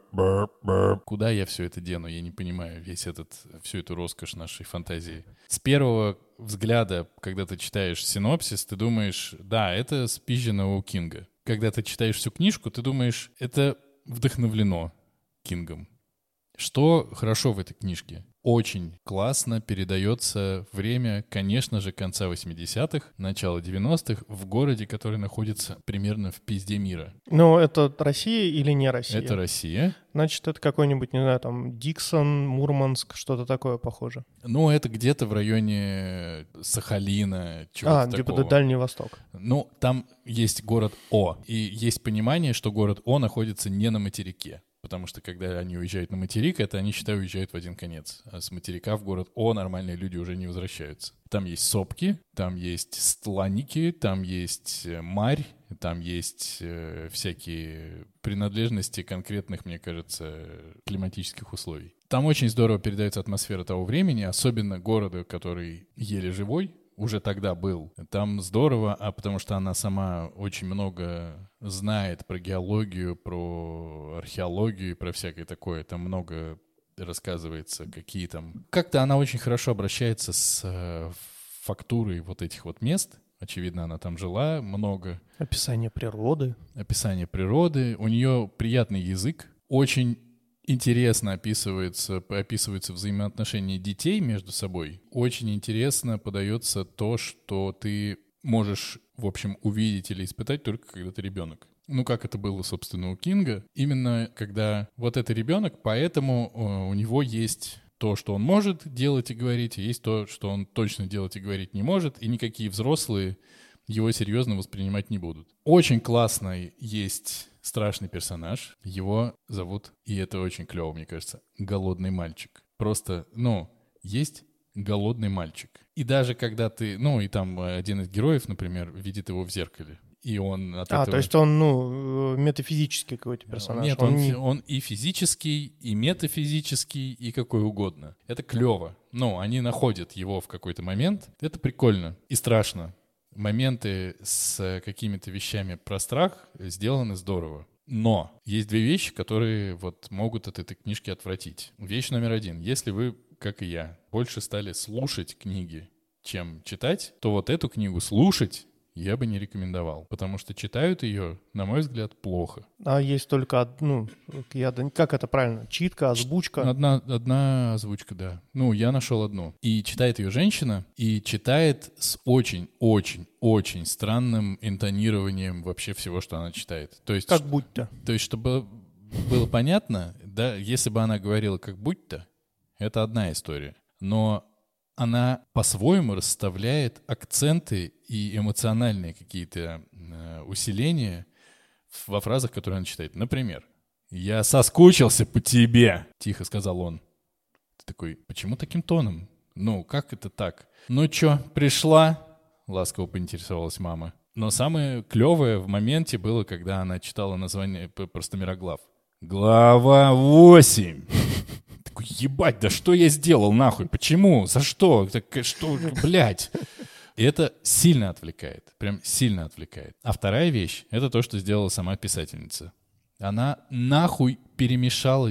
Куда я все это дену? Я не понимаю всю эту роскошь нашей фантазии. С первого взгляда, когда ты читаешь синопсис, ты думаешь, да, это спизжено у Кинга. Когда ты читаешь всю книжку, ты думаешь, это вдохновлено Кингом. Что хорошо в этой книжке? Очень классно передается время, конечно же, конца 80-х, начала 90-х в городе, который находится примерно в пизде мира. Ну, это Россия или не Россия? Это Россия. Значит, это какой-нибудь, не знаю, там, Диксон, Мурманск, что-то такое похоже. Ну, это где-то в районе Сахалина, чего-то такого. Типа Дальний Восток. Ну, там есть город О, и есть понимание, что город О находится не на материке. Потому что, когда они уезжают на материк, это они, считаю, уезжают в один конец. А с материка в город О нормальные люди уже не возвращаются. Там есть сопки, там есть стланники, там есть марь, там есть всякие принадлежности конкретных, мне кажется, климатических условий. Там очень здорово передается атмосфера того времени, особенно города, который еле живой, уже тогда был. Там здорово, потому что она сама очень много знает про геологию, про археологию и про всякое такое. Там много рассказывается, какие там... Как-то она очень хорошо обращается с фактурой вот этих вот мест. Очевидно, она там жила много. Описание природы. У нее приятный язык. Очень интересно описываются взаимоотношения детей между собой. Очень интересно подается то, что ты можешь, в общем, увидеть или испытать только когда ты ребенок. Ну, как это было, собственно, у Кинга. Именно когда вот это ребенок, поэтому у него есть то, что он может делать и говорить, и есть то, что он точно делать и говорить не может, и никакие взрослые его серьезно воспринимать не будут. Очень классно есть страшный персонаж. Его зовут, и это очень клево, мне кажется, голодный мальчик. Просто, есть голодный мальчик. И даже когда ты, и там один из героев, например, видит его в зеркале. И он от этого... то есть он, метафизический какой-то персонаж. Нет, он и физический, и метафизический, и какой угодно. Это клево. Они находят его в какой-то момент. Это прикольно и страшно. Моменты с какими-то вещами про страх сделаны здорово. Но есть 2 вещи, которые могут от этой книжки отвратить. Вещь номер 1. Если вы, как и я, больше стали слушать книги, чем читать, то эту книгу слушать я бы не рекомендовал, потому что читают ее, на мой взгляд, плохо. А есть только как это правильно? Читка, озвучка? Одна озвучка, да. Я нашел одну. И читает ее женщина, и читает с очень-очень-очень странным интонированием вообще всего, что она читает. То есть, как будто. То есть, чтобы было понятно, да, если бы она говорила как будто, это одна история. Но она по-своему расставляет акценты и эмоциональные какие-то усиления во фразах, которые она читает. Например, «Я соскучился по тебе», — тихо сказал он. Ты такой, почему таким тоном? Ну, как это так? Ну чё, пришла? Ласково поинтересовалась мама. Но самое клевое в моменте было, когда она читала название просто мироглав. Глава 8. Такой, ебать, да что я сделал нахуй? Почему? За что? Так, что, блядь? И это сильно отвлекает. Прям сильно отвлекает. А вторая вещь — это то, что сделала сама писательница. Она нахуй перемешала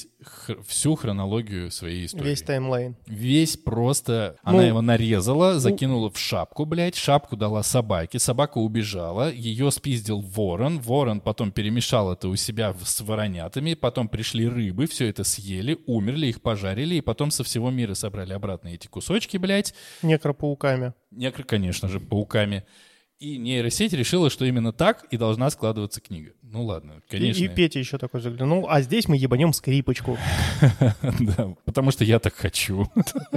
всю хронологию своей истории. Весь таймлайн. Весь просто... Она его нарезала, закинула в шапку, блядь, шапку дала собаке, собака убежала, ее спиздил ворон, ворон потом перемешал это у себя с воронятами, потом пришли рыбы, все это съели, умерли, их пожарили, и потом со всего мира собрали обратно эти кусочки, блядь. Некропауками. Конечно же, пауками. И нейросеть решила, что именно так и должна складываться книга. Ну ладно, конечно. И Петя еще такой заглянул. А здесь мы ебанем скрипочку. Да, потому что я так хочу.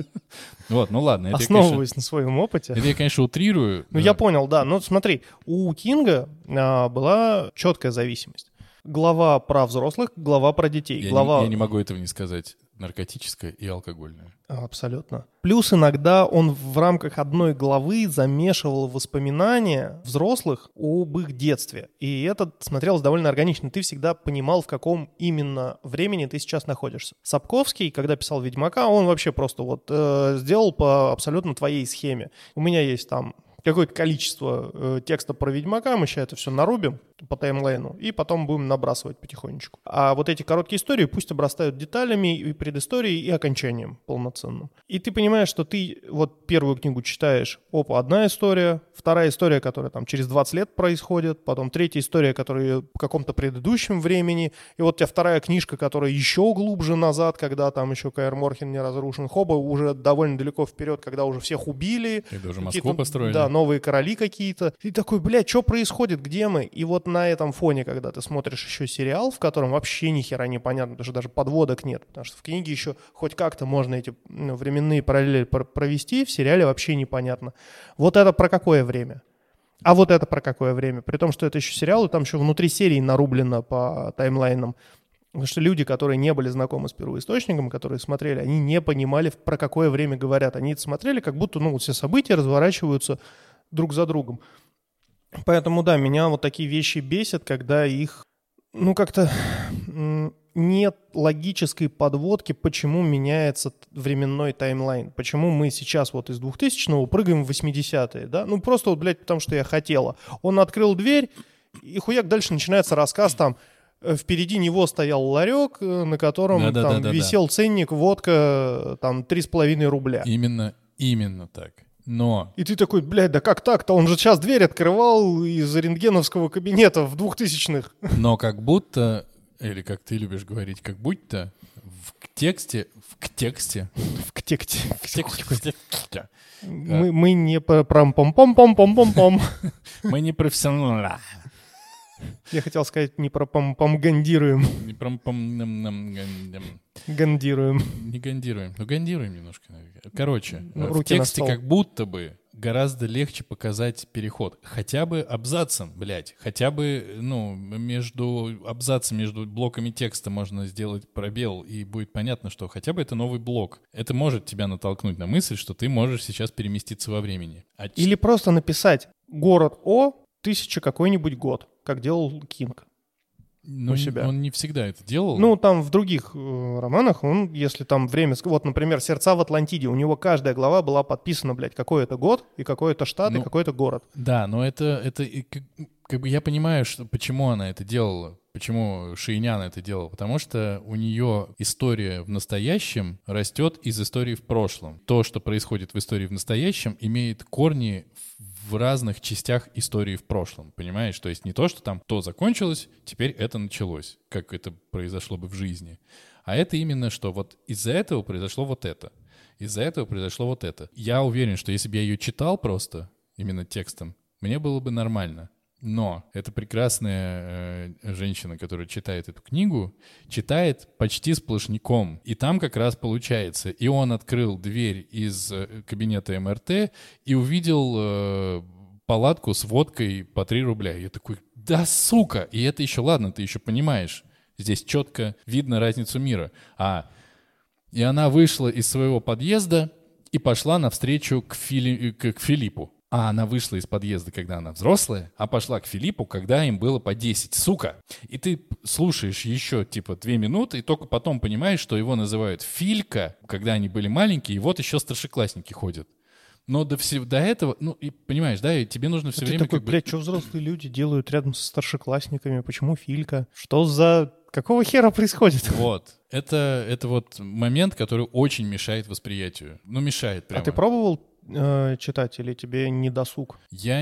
Вот, ну ладно. Основываясь на своем опыте. Это я, конечно, утрирую. Ну я понял, да. Ну смотри, у Кинга была четкая зависимость. Глава про взрослых, глава про детей. Я не могу этого не сказать. Наркотическое и алкогольное. Абсолютно. Плюс иногда он в рамках одной главы замешивал воспоминания взрослых об их детстве. И это смотрелось довольно органично. Ты всегда понимал, в каком именно времени ты сейчас находишься. Сапковский, когда писал «Ведьмака», он вообще просто сделал по абсолютно твоей схеме. У меня есть там какое-то количество текста про Ведьмака, мы сейчас это все нарубим по таймлайну, и потом будем набрасывать потихонечку. А вот эти короткие истории пусть обрастают деталями и предысторией, и окончанием полноценным. И ты понимаешь, что ты вот первую книгу читаешь, одна история, вторая история, которая там через 20 лет происходит, потом третья история, которая в каком-то предыдущем времени, и вот у тебя вторая книжка, которая еще глубже назад, когда там еще Каэр Морхен не разрушен, Хоба уже довольно далеко вперед, когда уже всех убили. Когда уже Москву построили. Да, новые короли какие-то. И такой, блядь, что происходит, где мы? И вот на этом фоне, когда ты смотришь еще сериал, в котором вообще ни хера не понятно, потому что даже подводок нет, потому что в книге еще хоть как-то можно эти временные параллели провести, в сериале вообще непонятно. Вот это про какое время? А вот это про какое время? При том, что это еще сериал, и там еще внутри серии нарублено по таймлайнам. Потому что люди, которые не были знакомы с первоисточником, которые смотрели, они не понимали, про какое время говорят. Они это смотрели, как будто все события разворачиваются друг за другом. Поэтому, да, меня вот такие вещи бесят, когда их, как-то нет логической подводки, почему меняется временной таймлайн. Почему мы сейчас вот из 2000-го прыгаем в 80-е, да? Просто потому что я хотела. Он открыл дверь, и хуяк дальше начинается рассказ там. Впереди него стоял ларек, на котором висел ценник, водка, там 3,5 рубля. Именно так. Но... И ты такой, блядь, да как так-то? Он же сейчас дверь открывал из рентгеновского кабинета в 2000-х. Но как будто, или как ты любишь говорить, как будто в тексте... Мы не прам-пам-пам-пам-пам-пам-пам. Мы не профессионалы. Я хотел сказать, не пропам-гандируем. Не пропам... Гандируем. Не гандируем, но гандируем немножко. Короче, в тексте как будто бы гораздо легче показать переход. Хотя бы абзацем, блядь. Хотя бы, между абзацем, между блоками текста можно сделать пробел, и будет понятно, что хотя бы это новый блок. Это может тебя натолкнуть на мысль, что ты можешь сейчас переместиться во времени. Или просто написать «Город О, 1000 какой-нибудь год», как делал Кинг. У себя. Он не всегда это делал. Там в других романах он, если там время... Вот, например, «Сердца в Атлантиде», у него каждая глава была подписана, блядь, какой это год, и какой это штат, и какой это город. Да, но это как бы я понимаю, почему она это делала, почему Шиинян это делала, потому что у нее история в настоящем растет из истории в прошлом. То, что происходит в истории в настоящем, имеет корни в разных частях истории в прошлом, понимаешь? То есть не то, что там то закончилось, теперь это началось, как это произошло бы в жизни. А это именно, что вот из-за этого произошло вот это. Из-за этого произошло вот это. Я уверен, что если бы я ее читал просто, именно текстом, мне было бы нормально. Но эта прекрасная женщина, которая читает эту книгу, читает почти сплошняком. И там как раз получается. И он открыл дверь из кабинета МРТ и увидел палатку с водкой по 3 рубля. Я такой, да сука! И это еще, ладно, ты еще понимаешь. Здесь четко видно разницу мира. И она вышла из своего подъезда и пошла навстречу к Филиппу. А она вышла из подъезда, когда она взрослая, а пошла к Филиппу, когда им было по 10. Сука! И ты слушаешь еще типа 2 минуты, и только потом понимаешь, что его называют Филька, когда они были маленькие, и вот еще старшеклассники ходят. Но до этого, ну, и понимаешь, да, и тебе нужно все время... Ты такой, блядь, что взрослые люди делают рядом со старшеклассниками? Почему Филька? Что за... Какого хера происходит? Вот. Это вот момент, который очень мешает восприятию. Ну, мешает прямо. А ты пробовал читать или тебе не досуг?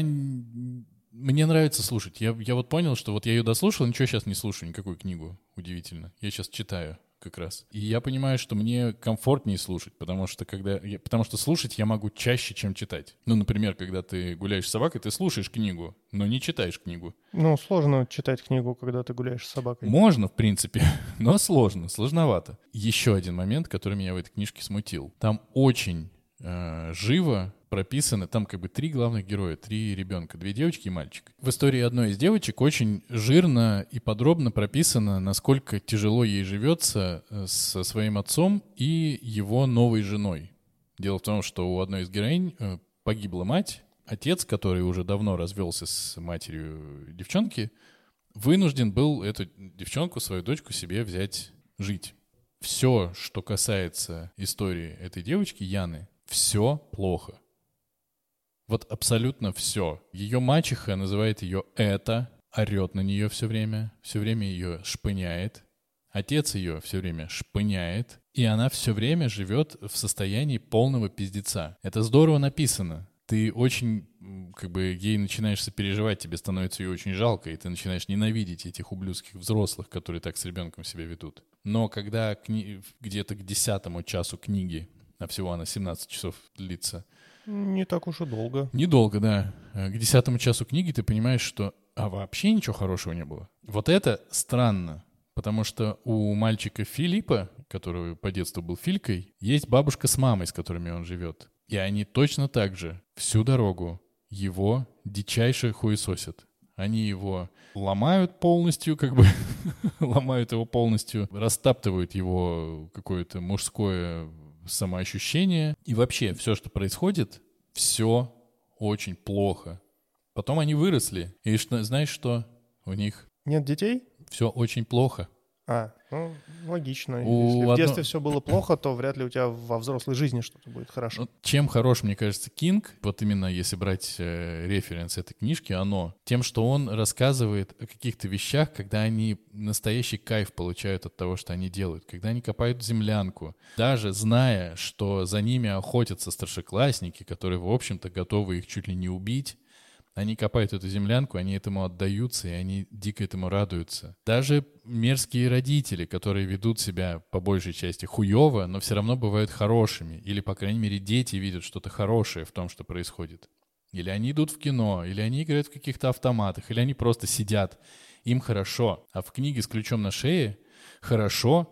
Мне нравится слушать. Я вот понял, что вот я ее дослушал, ничего сейчас не слушаю, никакую книгу. Удивительно. Я сейчас читаю как раз. И я понимаю, что мне комфортнее слушать, потому что слушать я могу чаще, чем читать. Ну, например, когда ты гуляешь с собакой, ты слушаешь книгу, но не читаешь книгу. Ну, сложно читать книгу, когда ты гуляешь с собакой. Можно, в принципе, но сложновато. Еще один момент, который меня в этой книжке смутил. Там очень живо прописаны, там как бы 3 главных героя, 3 ребенка, 2 девочки и мальчик. В истории одной из девочек очень жирно и подробно прописано, насколько тяжело ей живется со своим отцом и его новой женой. Дело в том, что у одной из героинь погибла мать, отец, который уже давно развелся с матерью девчонки, вынужден был эту девчонку, свою дочку, себе взять жить. Все, что касается истории этой девочки, Яны, все плохо. Вот абсолютно все. Ее мачеха называет ее «это», орет на нее все время ее шпыняет. Отец ее все время шпыняет, и она все время живет в состоянии полного пиздеца. Это здорово написано. Ты очень, как бы, ей начинаешь сопереживать, тебе становится ее очень жалко, и ты начинаешь ненавидеть этих ублюдских взрослых, которые так с ребенком себя ведут. Но когда где-то к 10-му часу книги, а всего она 17 часов длится. Не так уж и долго. Недолго, да. К 10-му часу книги ты понимаешь, что вообще ничего хорошего не было. Вот это странно, потому что у мальчика Филиппа, который по детству был Филькой, есть бабушка с мамой, с которыми он живет. И они точно так же всю дорогу его дичайше хуесосят. Они его ломают полностью, как бы, ломают его полностью, растаптывают его какое-то мужское самоощущение. И вообще все, что происходит, все очень плохо. Потом они выросли. И знаешь что? У них... Нет детей? Все очень плохо. Ну, логично. Если в детстве все было плохо, то вряд ли у тебя во взрослой жизни что-то будет хорошо. Ну, чем хорош, мне кажется, Кинг, вот именно если брать референс этой книжки, тем, что он рассказывает о каких-то вещах, когда они настоящий кайф получают от того, что они делают. Когда они копают землянку, даже зная, что за ними охотятся старшеклассники, которые, в общем-то, готовы их чуть ли не убить, они копают эту землянку, они этому отдаются, и они дико этому радуются. Даже мерзкие родители, которые ведут себя по большей части хуёво, но все равно бывают хорошими. Или, по крайней мере, дети видят что-то хорошее в том, что происходит. Или они идут в кино, или они играют в каких-то автоматах, или они просто сидят. Им хорошо. А в книге «С ключом на шее» хорошо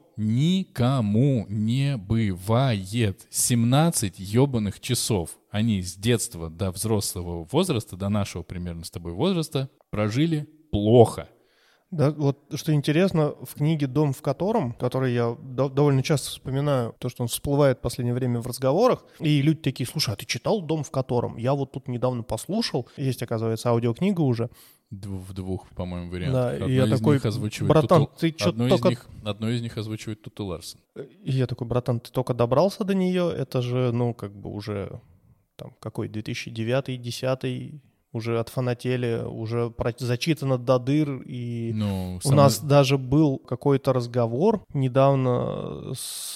никому не бывает. 17 ебаных часов они с детства до взрослого возраста, до нашего примерно с тобой возраста, прожили плохо. Да, вот что интересно, в книге «Дом в котором», который я довольно часто вспоминаю, то, что он всплывает в последнее время в разговорах, и люди такие: слушай, а ты читал «Дом в котором»? Я вот тут недавно послушал, есть, оказывается, аудиокнига уже. В двух, по-моему, вариантах. Да, и я такой: братан, ты что только... Одно из них озвучивает Туту Ларсен. И я такой: братан, ты только добрался до нее, это же, ну, как бы уже, там, какой, 2009-2010, уже отфанатели, уже зачитано до дыр, и у нас даже был какой-то разговор недавно с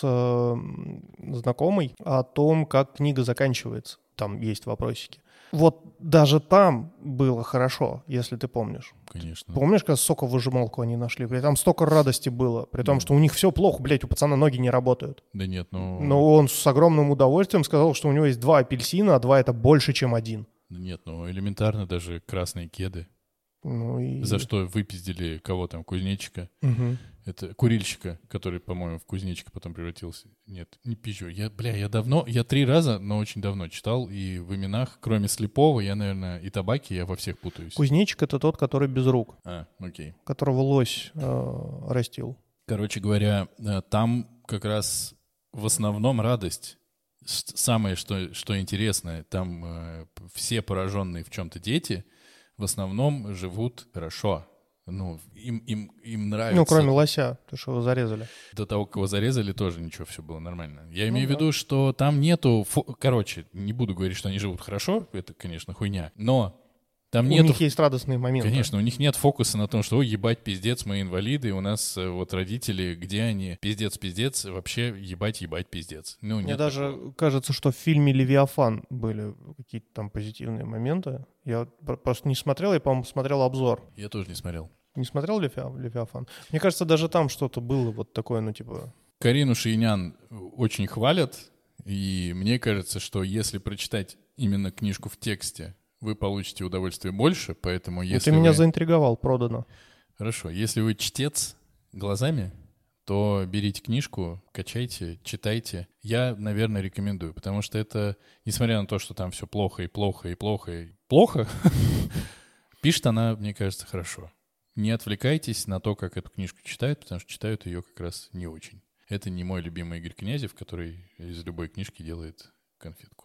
знакомой о том, как книга заканчивается. Там есть вопросики. Вот даже там было хорошо, если ты помнишь. Конечно. Помнишь, когда соковыжималку они нашли? Там столько радости было, при том, что у них все плохо, блядь, у пацана ноги не работают. Да нет, Но он с огромным удовольствием сказал, что у него есть 2 апельсина, а 2 — это больше, чем 1. Нет, элементарно даже красные кеды. Ну и... За что выпиздили кого там, кузнечика? Мгм. Это курильщика, который, по-моему, в кузнечика потом превратился. Нет, не пизжу. Я 3 раза, но очень давно читал, и в именах, кроме Слепого, я, наверное, и Табаки, я во всех путаюсь. Кузнечик — это тот, который без рук, Окей. которого лось растил. Короче говоря, там как раз в основном радость. Самое, что интересно, там все пораженные в чем-то дети в основном живут хорошо. Ну, им нравится. Ну, кроме лося, то, что его зарезали. До того, кого зарезали, тоже ничего, все было нормально. Я имею в да. виду, что там нету... Короче, не буду говорить, что они живут хорошо, это, конечно, хуйня, но там У нету... них есть радостные моменты. Конечно, у них нет фокуса на том, что, ой, ебать, пиздец, мы инвалиды, у нас вот родители, где они? Пиздец, вообще ебать, пиздец. Ну, Мне нет даже такого. кажется, что в фильме «Левиафан» были какие-то там позитивные моменты. Я просто не смотрел, я, по-моему, смотрел обзор. Я тоже не смотрел. Не смотрел «Левиафан»? Мне кажется, даже там что-то было вот такое, ну, типа... Карину Шиинян очень хвалят, и мне кажется, что если прочитать именно книжку в тексте, вы получите удовольствие больше, поэтому если Ты меня вы... заинтриговал, продано. Хорошо, если вы чтец глазами, то берите книжку, качайте, читайте. Я, наверное, рекомендую, потому что это, несмотря на то, что там все плохо, пишет она, мне кажется, хорошо. Не отвлекайтесь на то, как эту книжку читают, потому что читают ее как раз не очень. Это не мой любимый Игорь Князев, который из любой книжки делает конфетку.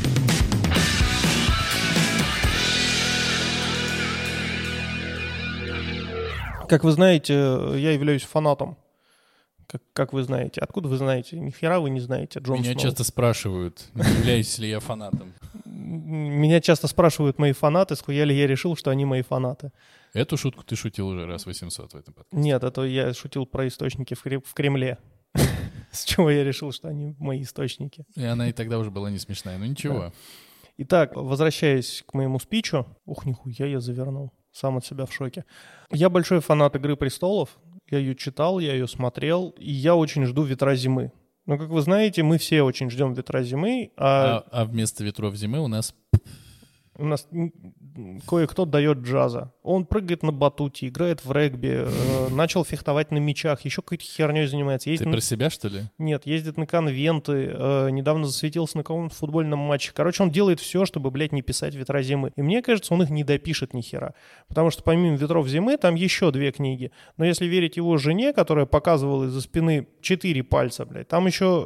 Как вы знаете, я являюсь фанатом. Как вы знаете? Откуда вы знаете? Ни хера вы не знаете, Джон Меня Сноу. часто спрашивают, не являюсь ли я фанатом. Меня часто спрашивают мои фанаты, схуя ли я решил, что они мои фанаты. Эту шутку ты шутил уже раз 800 в этом подкасте. Нет, это я шутил про источники в Кремле. С чего я решил, что они мои источники. И она и тогда уже была не смешная, но ничего. Да. Итак, возвращаясь к моему спичу. Ух, нихуя я завернул. Сам от себя в шоке. Я большой фанат «Игры престолов». Я ее читал, я ее смотрел. И я очень жду «Ветра зимы». Но, как вы знаете, мы все очень ждем «Ветра зимы». А вместо «Ветров зимы» у нас кое-кто дает джаза. Он прыгает на батуте, играет в регби, начал фехтовать на мечах, еще какой-то херней занимается. Ты про себя, что ли? Нет, ездит на конвенты, недавно засветился на каком-то футбольном матче. Короче, он делает все, чтобы, блядь, не писать «Ветра зимы». И мне кажется, он их не допишет ни хера. Потому что помимо «Ветров зимы» там еще 2 книги. Но если верить его жене, которая показывала из-за спины 4 пальца, блядь, там еще,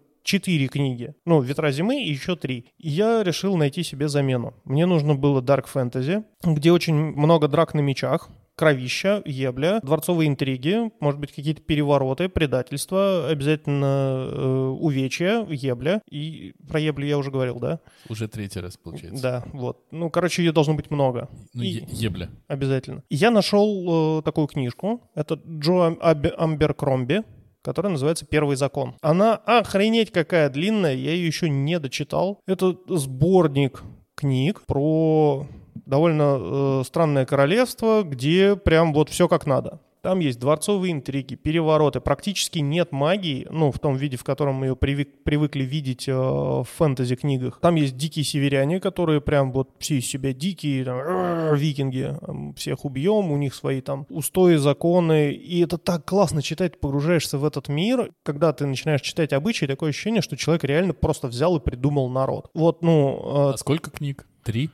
4 книги. «Ветра зимы» и еще 3. И я решил найти себе замену. Мне нужно было Dark Fantasy, где очень много драк на мечах, кровища, ебля, дворцовые интриги, может быть, какие-то перевороты, предательства, обязательно увечья, ебля. И про еблю я уже говорил, да? Уже 3-й раз, получается. Да, вот. Ее должно быть много. Ебля. Обязательно. И я нашел такую книжку. Это Джо Амберкромби, которая называется «Первый закон». Она охренеть какая длинная, я ее еще не дочитал. Это сборник книг про довольно странное королевство, где прям вот все как надо. Там есть дворцовые интриги, перевороты, практически нет магии, в том виде, в котором мы ее привыкли видеть в фэнтези-книгах. Там есть дикие северяне, которые прям вот все из себя дикие, там, викинги, всех убьем, у них свои там устои, законы, и это так классно читать, ты погружаешься в этот мир, когда ты начинаешь читать обычаи, такое ощущение, что человек реально просто взял и придумал народ. Вот, А сколько книг? 3?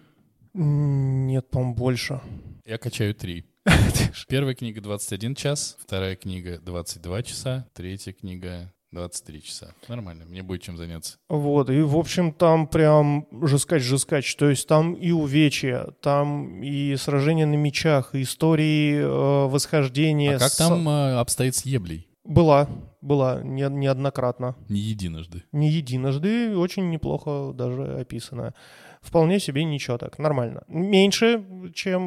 Нет, по-моему, больше. Я качаю 3. Первая книга 21 час, вторая книга 22 часа, третья книга 23 часа. Нормально, мне будет чем заняться. Вот, и, в общем, там прям жескач. То есть там и увечья, там и сражения на мечах, и истории восхождения. А как там обстоит с еблей? Была неоднократно. Не единожды. Не единожды, очень неплохо даже описано. Вполне себе ничего так, нормально. Меньше, чем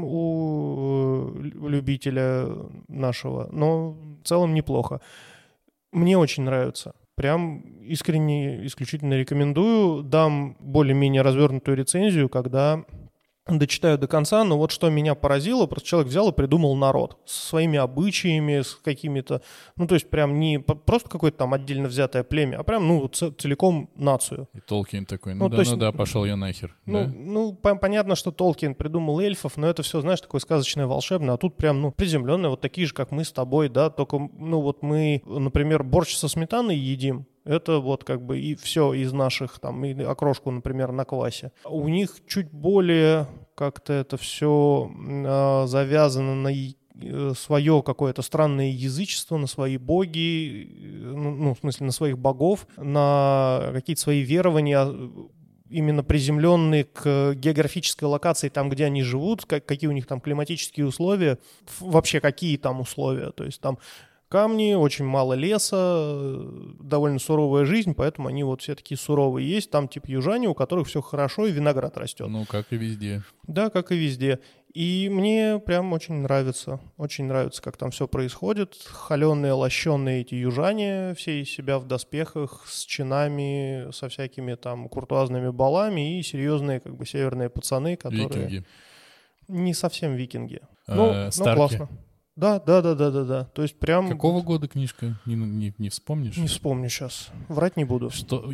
у любителя нашего, но в целом неплохо. Мне очень нравится. Прям искренне, исключительно рекомендую. Дам более-менее развернутую рецензию, когда дочитаю до конца, но вот что меня поразило, просто человек взял и придумал народ со своими обычаями, с какими-то, ну, то есть прям не просто какое-то там отдельно взятое племя, а прям, ну, целиком нацию. И Толкин такой, пошел я нахер. Понятно, что Толкин придумал эльфов, но это все, знаешь, такое сказочное, волшебное, а тут прям, ну, приземленное, вот такие же, как мы с тобой, да, только, ну, вот мы, например, борщ со сметаной едим, это вот как бы и все из наших, там, и окрошку, например, на квасе. У них чуть более как-то это все завязано на свое какое-то странное язычество, на свои боги, ну, в смысле, на своих богов, на какие-то свои верования, именно приземленные к географической локации, там, где они живут, какие у них там климатические условия, вообще какие там условия, то есть там камни, очень мало леса, довольно суровая жизнь, поэтому они вот все такие суровые. Есть там типа южане, у которых все хорошо и виноград растет. Ну, как и везде. Да, как и везде. И мне прям очень нравится, как там все происходит. Холеные, лощеные эти южане, все из себя в доспехах, с чинами, со всякими там куртуазными балами и серьезные как бы северные пацаны, которые... Викинги. Не совсем викинги. Ну, Старки. Классно. Да. То есть прям... Какого года книжка? Не вспомнишь? Не вспомню сейчас. Врать не буду.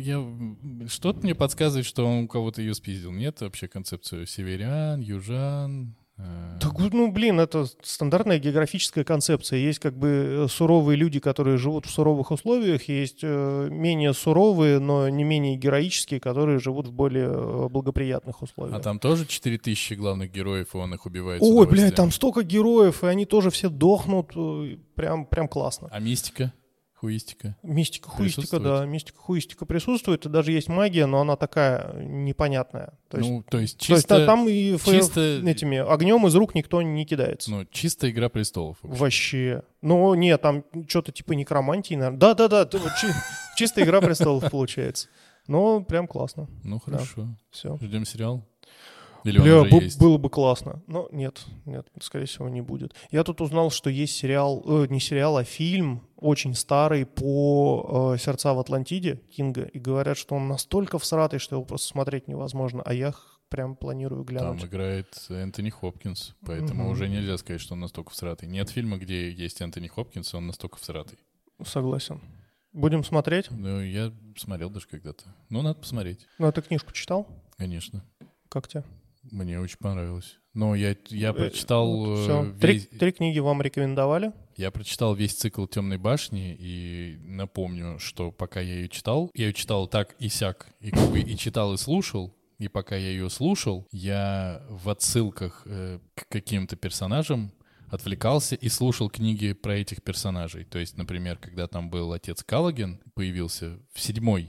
Что-то мне подсказывает, что он у кого-то ее спиздил. Нет вообще концепцию северян, южан? Так, ну, блин, это стандартная географическая концепция. Есть как бы суровые люди, которые живут в суровых условиях, есть менее суровые, но не менее героические, которые живут в более благоприятных условиях. А там тоже 4000 главных героев, и он их убивает. Ой, блядь, там столько героев, и они тоже все дохнут. Прям классно. А мистика? Хуистика? Мистика, хуистика, да. Мистика, хуистика присутствует. И даже есть магия, но она такая непонятная. То есть чисто... там и этими огнем из рук никто не кидается. Ну, чисто «Игра престолов». Вообще. Ну, нет, там что-то типа некромантии, наверное. Да. Чисто «Игра престолов» получается. Ну, прям классно. Ну, хорошо. Все. Ждем сериал? Или он уже есть? Было бы классно. Но нет, скорее всего, не будет. Я тут узнал, что есть сериал, не сериал, а фильм очень старый по «Сердца в Атлантиде» Кинга. И говорят, что он настолько всратый, что его просто смотреть невозможно. А я прям планирую глянуть. Там играет Энтони Хопкинс, поэтому уже нельзя сказать, что он настолько всратый. Нет фильма, где есть Энтони Хопкинс, и он настолько всратый. Согласен. Будем смотреть? Ну, я смотрел даже когда-то. Ну, надо посмотреть. Ну, а ты книжку читал? Конечно. Как тебе? Мне очень понравилось. Но я прочитал... Все. Три книги вам рекомендовали? Я прочитал весь цикл «Темной башни», и напомню, что пока я ее читал так и сяк, и как бы и читал, и слушал, и пока я ее слушал, я в отсылках к каким-то персонажам отвлекался и слушал книги про этих персонажей. То есть, например, когда там был отец Каллоген, появился в седьмой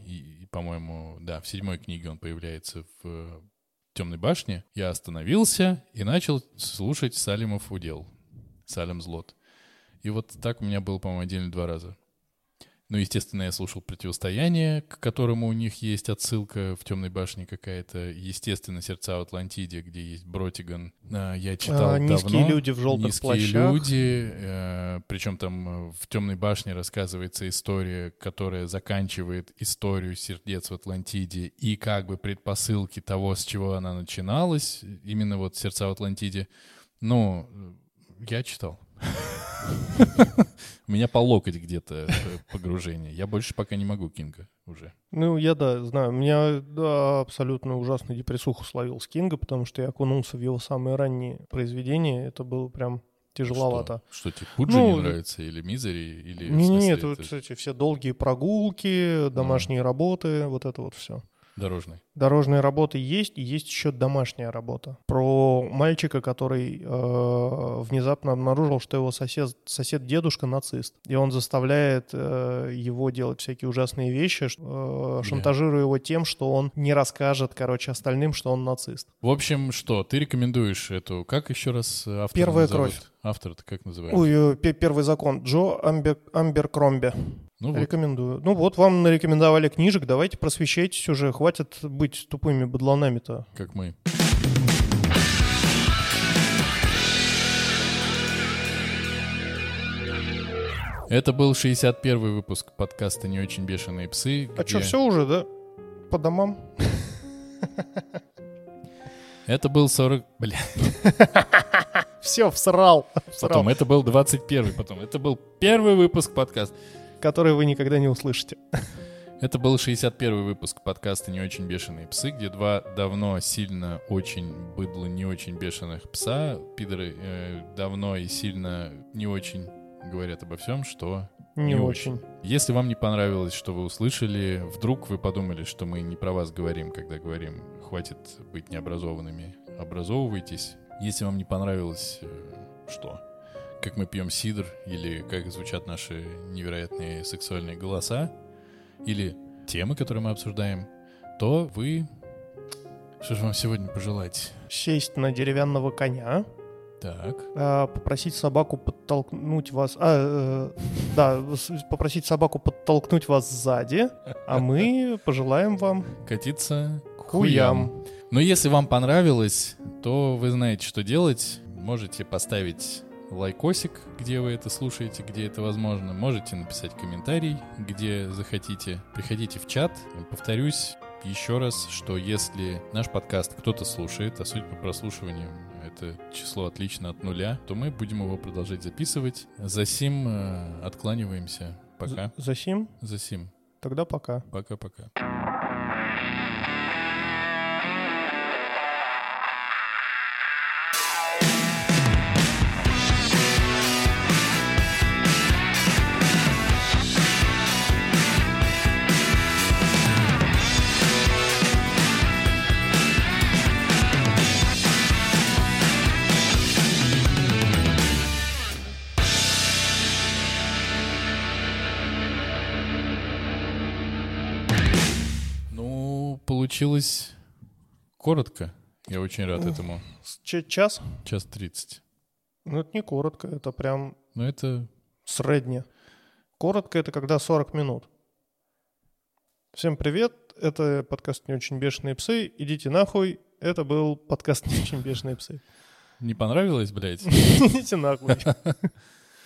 книге он появляется в «Темной башне», я остановился и начал слушать Салимов удел. Салем Злот. И вот так у меня было, по-моему, отдельно 2 раза. Ну, естественно, я слушал «Противостояние», к которому у них есть отсылка в «Темной башне» какая-то. Естественно, «Сердца в Атлантиде», где есть Бротиган. Я читал «Низкие давно. люди в желтых плащах». «Низкие люди». Причем там в «Темной башне» рассказывается история, которая заканчивает историю «Сердец в Атлантиде» и как бы предпосылки того, с чего она начиналась. Именно вот «Сердца в Атлантиде». Ну, я читал. У меня по локоть где-то погружение. Я больше пока не могу Кинга уже. Ну, я, знаю. Меня абсолютно ужасный депрессуху словил с Кинга, потому что я окунулся в его самые ранние произведения. Это было прям тяжеловато. Что тебе Пуджи не нравится? Или Мизери? Или нет, вот эти все долгие прогулки, домашние работы, вот это вот все. Дорожные работы есть, и есть еще домашняя работа. Про мальчика, который внезапно обнаружил, что его сосед-дедушка нацист. И он заставляет его делать всякие ужасные вещи, шантажируя его тем, что он не расскажет, остальным, что он нацист. В общем, что, ты рекомендуешь эту, как еще раз автор «Первая кровь». Автор-то как называется? «Первый закон». Джо Амберкромби. Ну рекомендую. Ну вот, вам нарекомендовали книжек, давайте просвещайтесь уже, хватит быть тупыми быдланами-то. Как мы. Это был 61-й выпуск подкаста «Не очень бешеные псы». А что, все уже, да? По домам? Это был 40... Бля. Все, всрал. Потом это был 21-й, потом это был первый выпуск подкаста. Который вы никогда не услышите. Это был 61-й выпуск подкаста «Не очень бешеные псы», где два давно сильно очень быдло не очень бешеных пса, пидоры, давно и сильно не очень говорят обо всем, что не очень. Если вам не понравилось, что вы услышали, вдруг вы подумали, что мы не про вас говорим, когда говорим «хватит быть необразованными», образовывайтесь. Если вам не понравилось, что? Как мы пьем сидр, или как звучат наши невероятные сексуальные голоса, или темы, которые мы обсуждаем, то вы... Что же вам сегодня пожелать? Сесть на деревянного коня. Так. Попросить собаку подтолкнуть вас... попросить собаку подтолкнуть вас сзади, а мы пожелаем вам... Катиться к хуям. Но если вам понравилось, то вы знаете, что делать. Можете поставить лайкосик, где вы это слушаете, где это возможно. Можете написать комментарий, где захотите. Приходите в чат. Повторюсь еще раз, что если наш подкаст кто-то слушает, а судя по прослушиваниям, это число отлично от 0, то мы будем его продолжать записывать. Засим откланиваемся. Пока. Засим? Засим. Тогда пока. Пока-пока. Получилось коротко. Я очень рад этому. Час? Час 30. Ну, это не коротко, это прям... Ну, это... Средне. Коротко — это когда 40 минут. Всем привет, это подкаст «Не очень бешеные псы». Идите нахуй, это был подкаст «Не очень бешеные псы». Не понравилось, блядь? Идите нахуй.